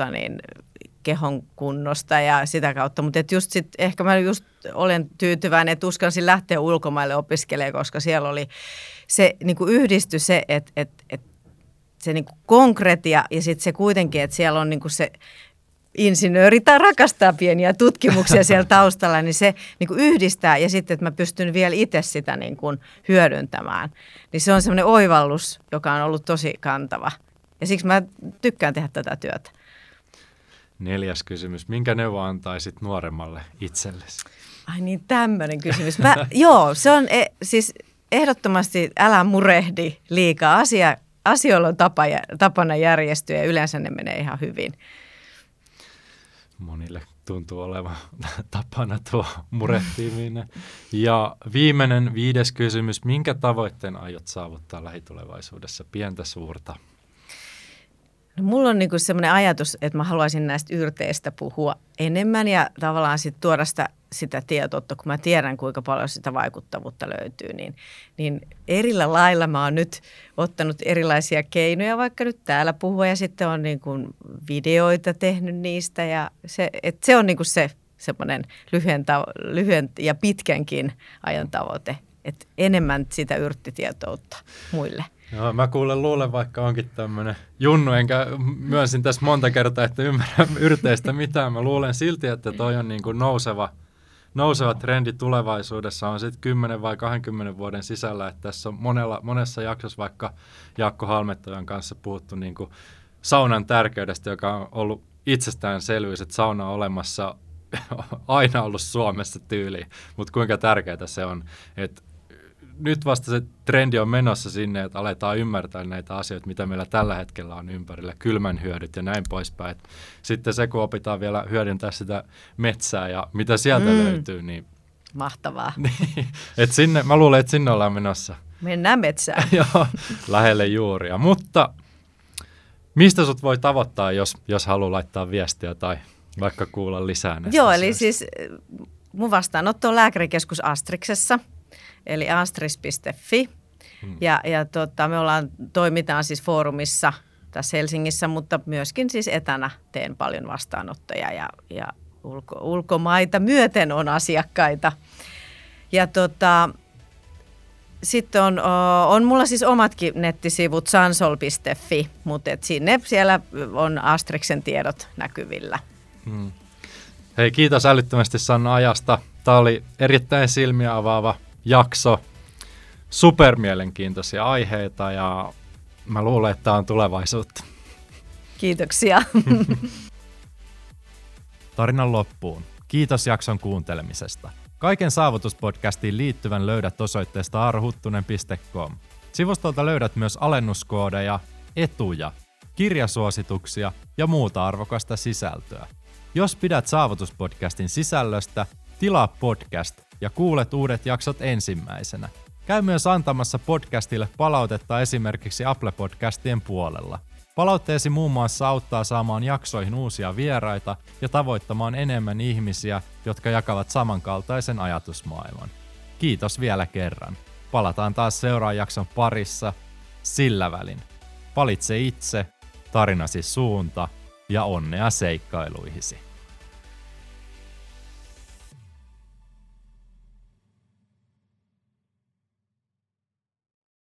S2: kehon kunnosta ja sitä kautta, mutta just ehkä mä just olen tyytyväinen, että uskalsin lähteä ulkomaille opiskelemaan, koska siellä oli se niin kuin yhdistyi se, että se niin kuin konkretia ja sitten se kuitenkin, että siellä on niin kuin se insinööri tai rakastaa pieniä tutkimuksia siellä taustalla, niin se niin kuin yhdistää ja sitten, että mä pystyn vielä itse sitä niin kuin hyödyntämään. Niin se on semmoinen oivallus, joka on ollut tosi kantava ja siksi mä tykkään tehdä tätä työtä.
S1: 4. kysymys. Minkä neuvo antaisit nuoremmalle itsellesi?
S2: Ai niin, tämmöinen kysymys. Se on siis ehdottomasti älä murehdi liikaa. Asioilla on tapana järjestyä ja yleensä ne menee ihan hyvin.
S1: Monille tuntuu olevan tapana tuo murehtiminen. Ja viimeinen 5. kysymys. Minkä tavoitteen aiot saavuttaa lähitulevaisuudessa? Pientä, suurta?
S2: No, mulla on niinku semmoinen ajatus, että mä haluaisin näistä yrteistä puhua enemmän ja tavallaan sitten tuoda sitä tietoutta, kun mä tiedän, kuinka paljon sitä vaikuttavuutta löytyy. Niin erillä lailla mä oon nyt ottanut erilaisia keinoja, vaikka nyt täällä puhua ja sitten on niinku videoita tehnyt niistä. Ja se on niinku se semmoinen lyhyen ja pitkänkin ajan tavoite, että enemmän sitä yrttitietoutta muille.
S1: Joo, mä luulen, vaikka onkin tämmöinen junnu, enkä myönsin tässä monta kertaa, että ymmärrän yrteistä mitään. Mä luulen silti, että toi on niin kuin nouseva trendi tulevaisuudessa on sitten 10 vai 20 vuoden sisällä. Että tässä on monessa jaksossa vaikka Jaakko Halmettojan kanssa puhuttu niin kuin saunan tärkeydestä, joka on ollut itsestäänselvyys, että sauna on olemassa aina ollut Suomessa tyyliin. Mutta kuinka tärkeää se on, että nyt vasta se trendi on menossa sinne, että aletaan ymmärtää näitä asioita, mitä meillä tällä hetkellä on ympärillä, kylmän hyödyt ja näin poispäin. Sitten se, kun opitaan vielä hyödyntää sitä metsää ja mitä sieltä löytyy, niin
S2: mahtavaa.
S1: Niin, että sinne, mä luulen, että sinne ollaan menossa.
S2: Mennään metsään.
S1: Joo, lähelle juuria. Mutta mistä sut voi tavoittaa, jos haluaa laittaa viestiä tai vaikka kuulla lisää näistä
S2: Joo,
S1: asioista?
S2: eli siis mun vastaanotto on lääkärikeskus Astriksessa. Eli astris.fi ja me toimitaan siis foorumissa tässä Helsingissä, mutta myöskin siis etänä teen paljon vastaanottoja ja ulkomaita myöten on asiakkaita. Ja sitten on mulla siis omatkin nettisivut sansol.fi, mutta siellä on Astriksen tiedot näkyvillä.
S1: Hei, kiitos älyttömästi Sanna ajasta. Tämä oli erittäin silmiä avaava jakso, supermielenkiintoisia aiheita ja mä luulen, että tämä on tulevaisuutta.
S2: Kiitoksia.
S1: Tarinan loppuun. Kiitos jakson kuuntelemisesta. Kaiken saavutuspodcastiin liittyvän löydät osoitteesta aarhuttunen.com. Sivustolta löydät myös alennuskoodeja, etuja, kirjasuosituksia ja muuta arvokasta sisältöä. Jos pidät Saavutuspodcastin sisällöstä, tilaa podcast ja kuulet uudet jaksot ensimmäisenä. Käy myös antamassa podcastille palautetta esimerkiksi Apple-podcastien puolella. Palautteesi muun muassa auttaa saamaan jaksoihin uusia vieraita ja tavoittamaan enemmän ihmisiä, jotka jakavat samankaltaisen ajatusmaailman. Kiitos vielä kerran. Palataan taas seuraavan jakson parissa. Sillä välin. Valitse itse, tarinasi suunta ja onnea seikkailuihisi.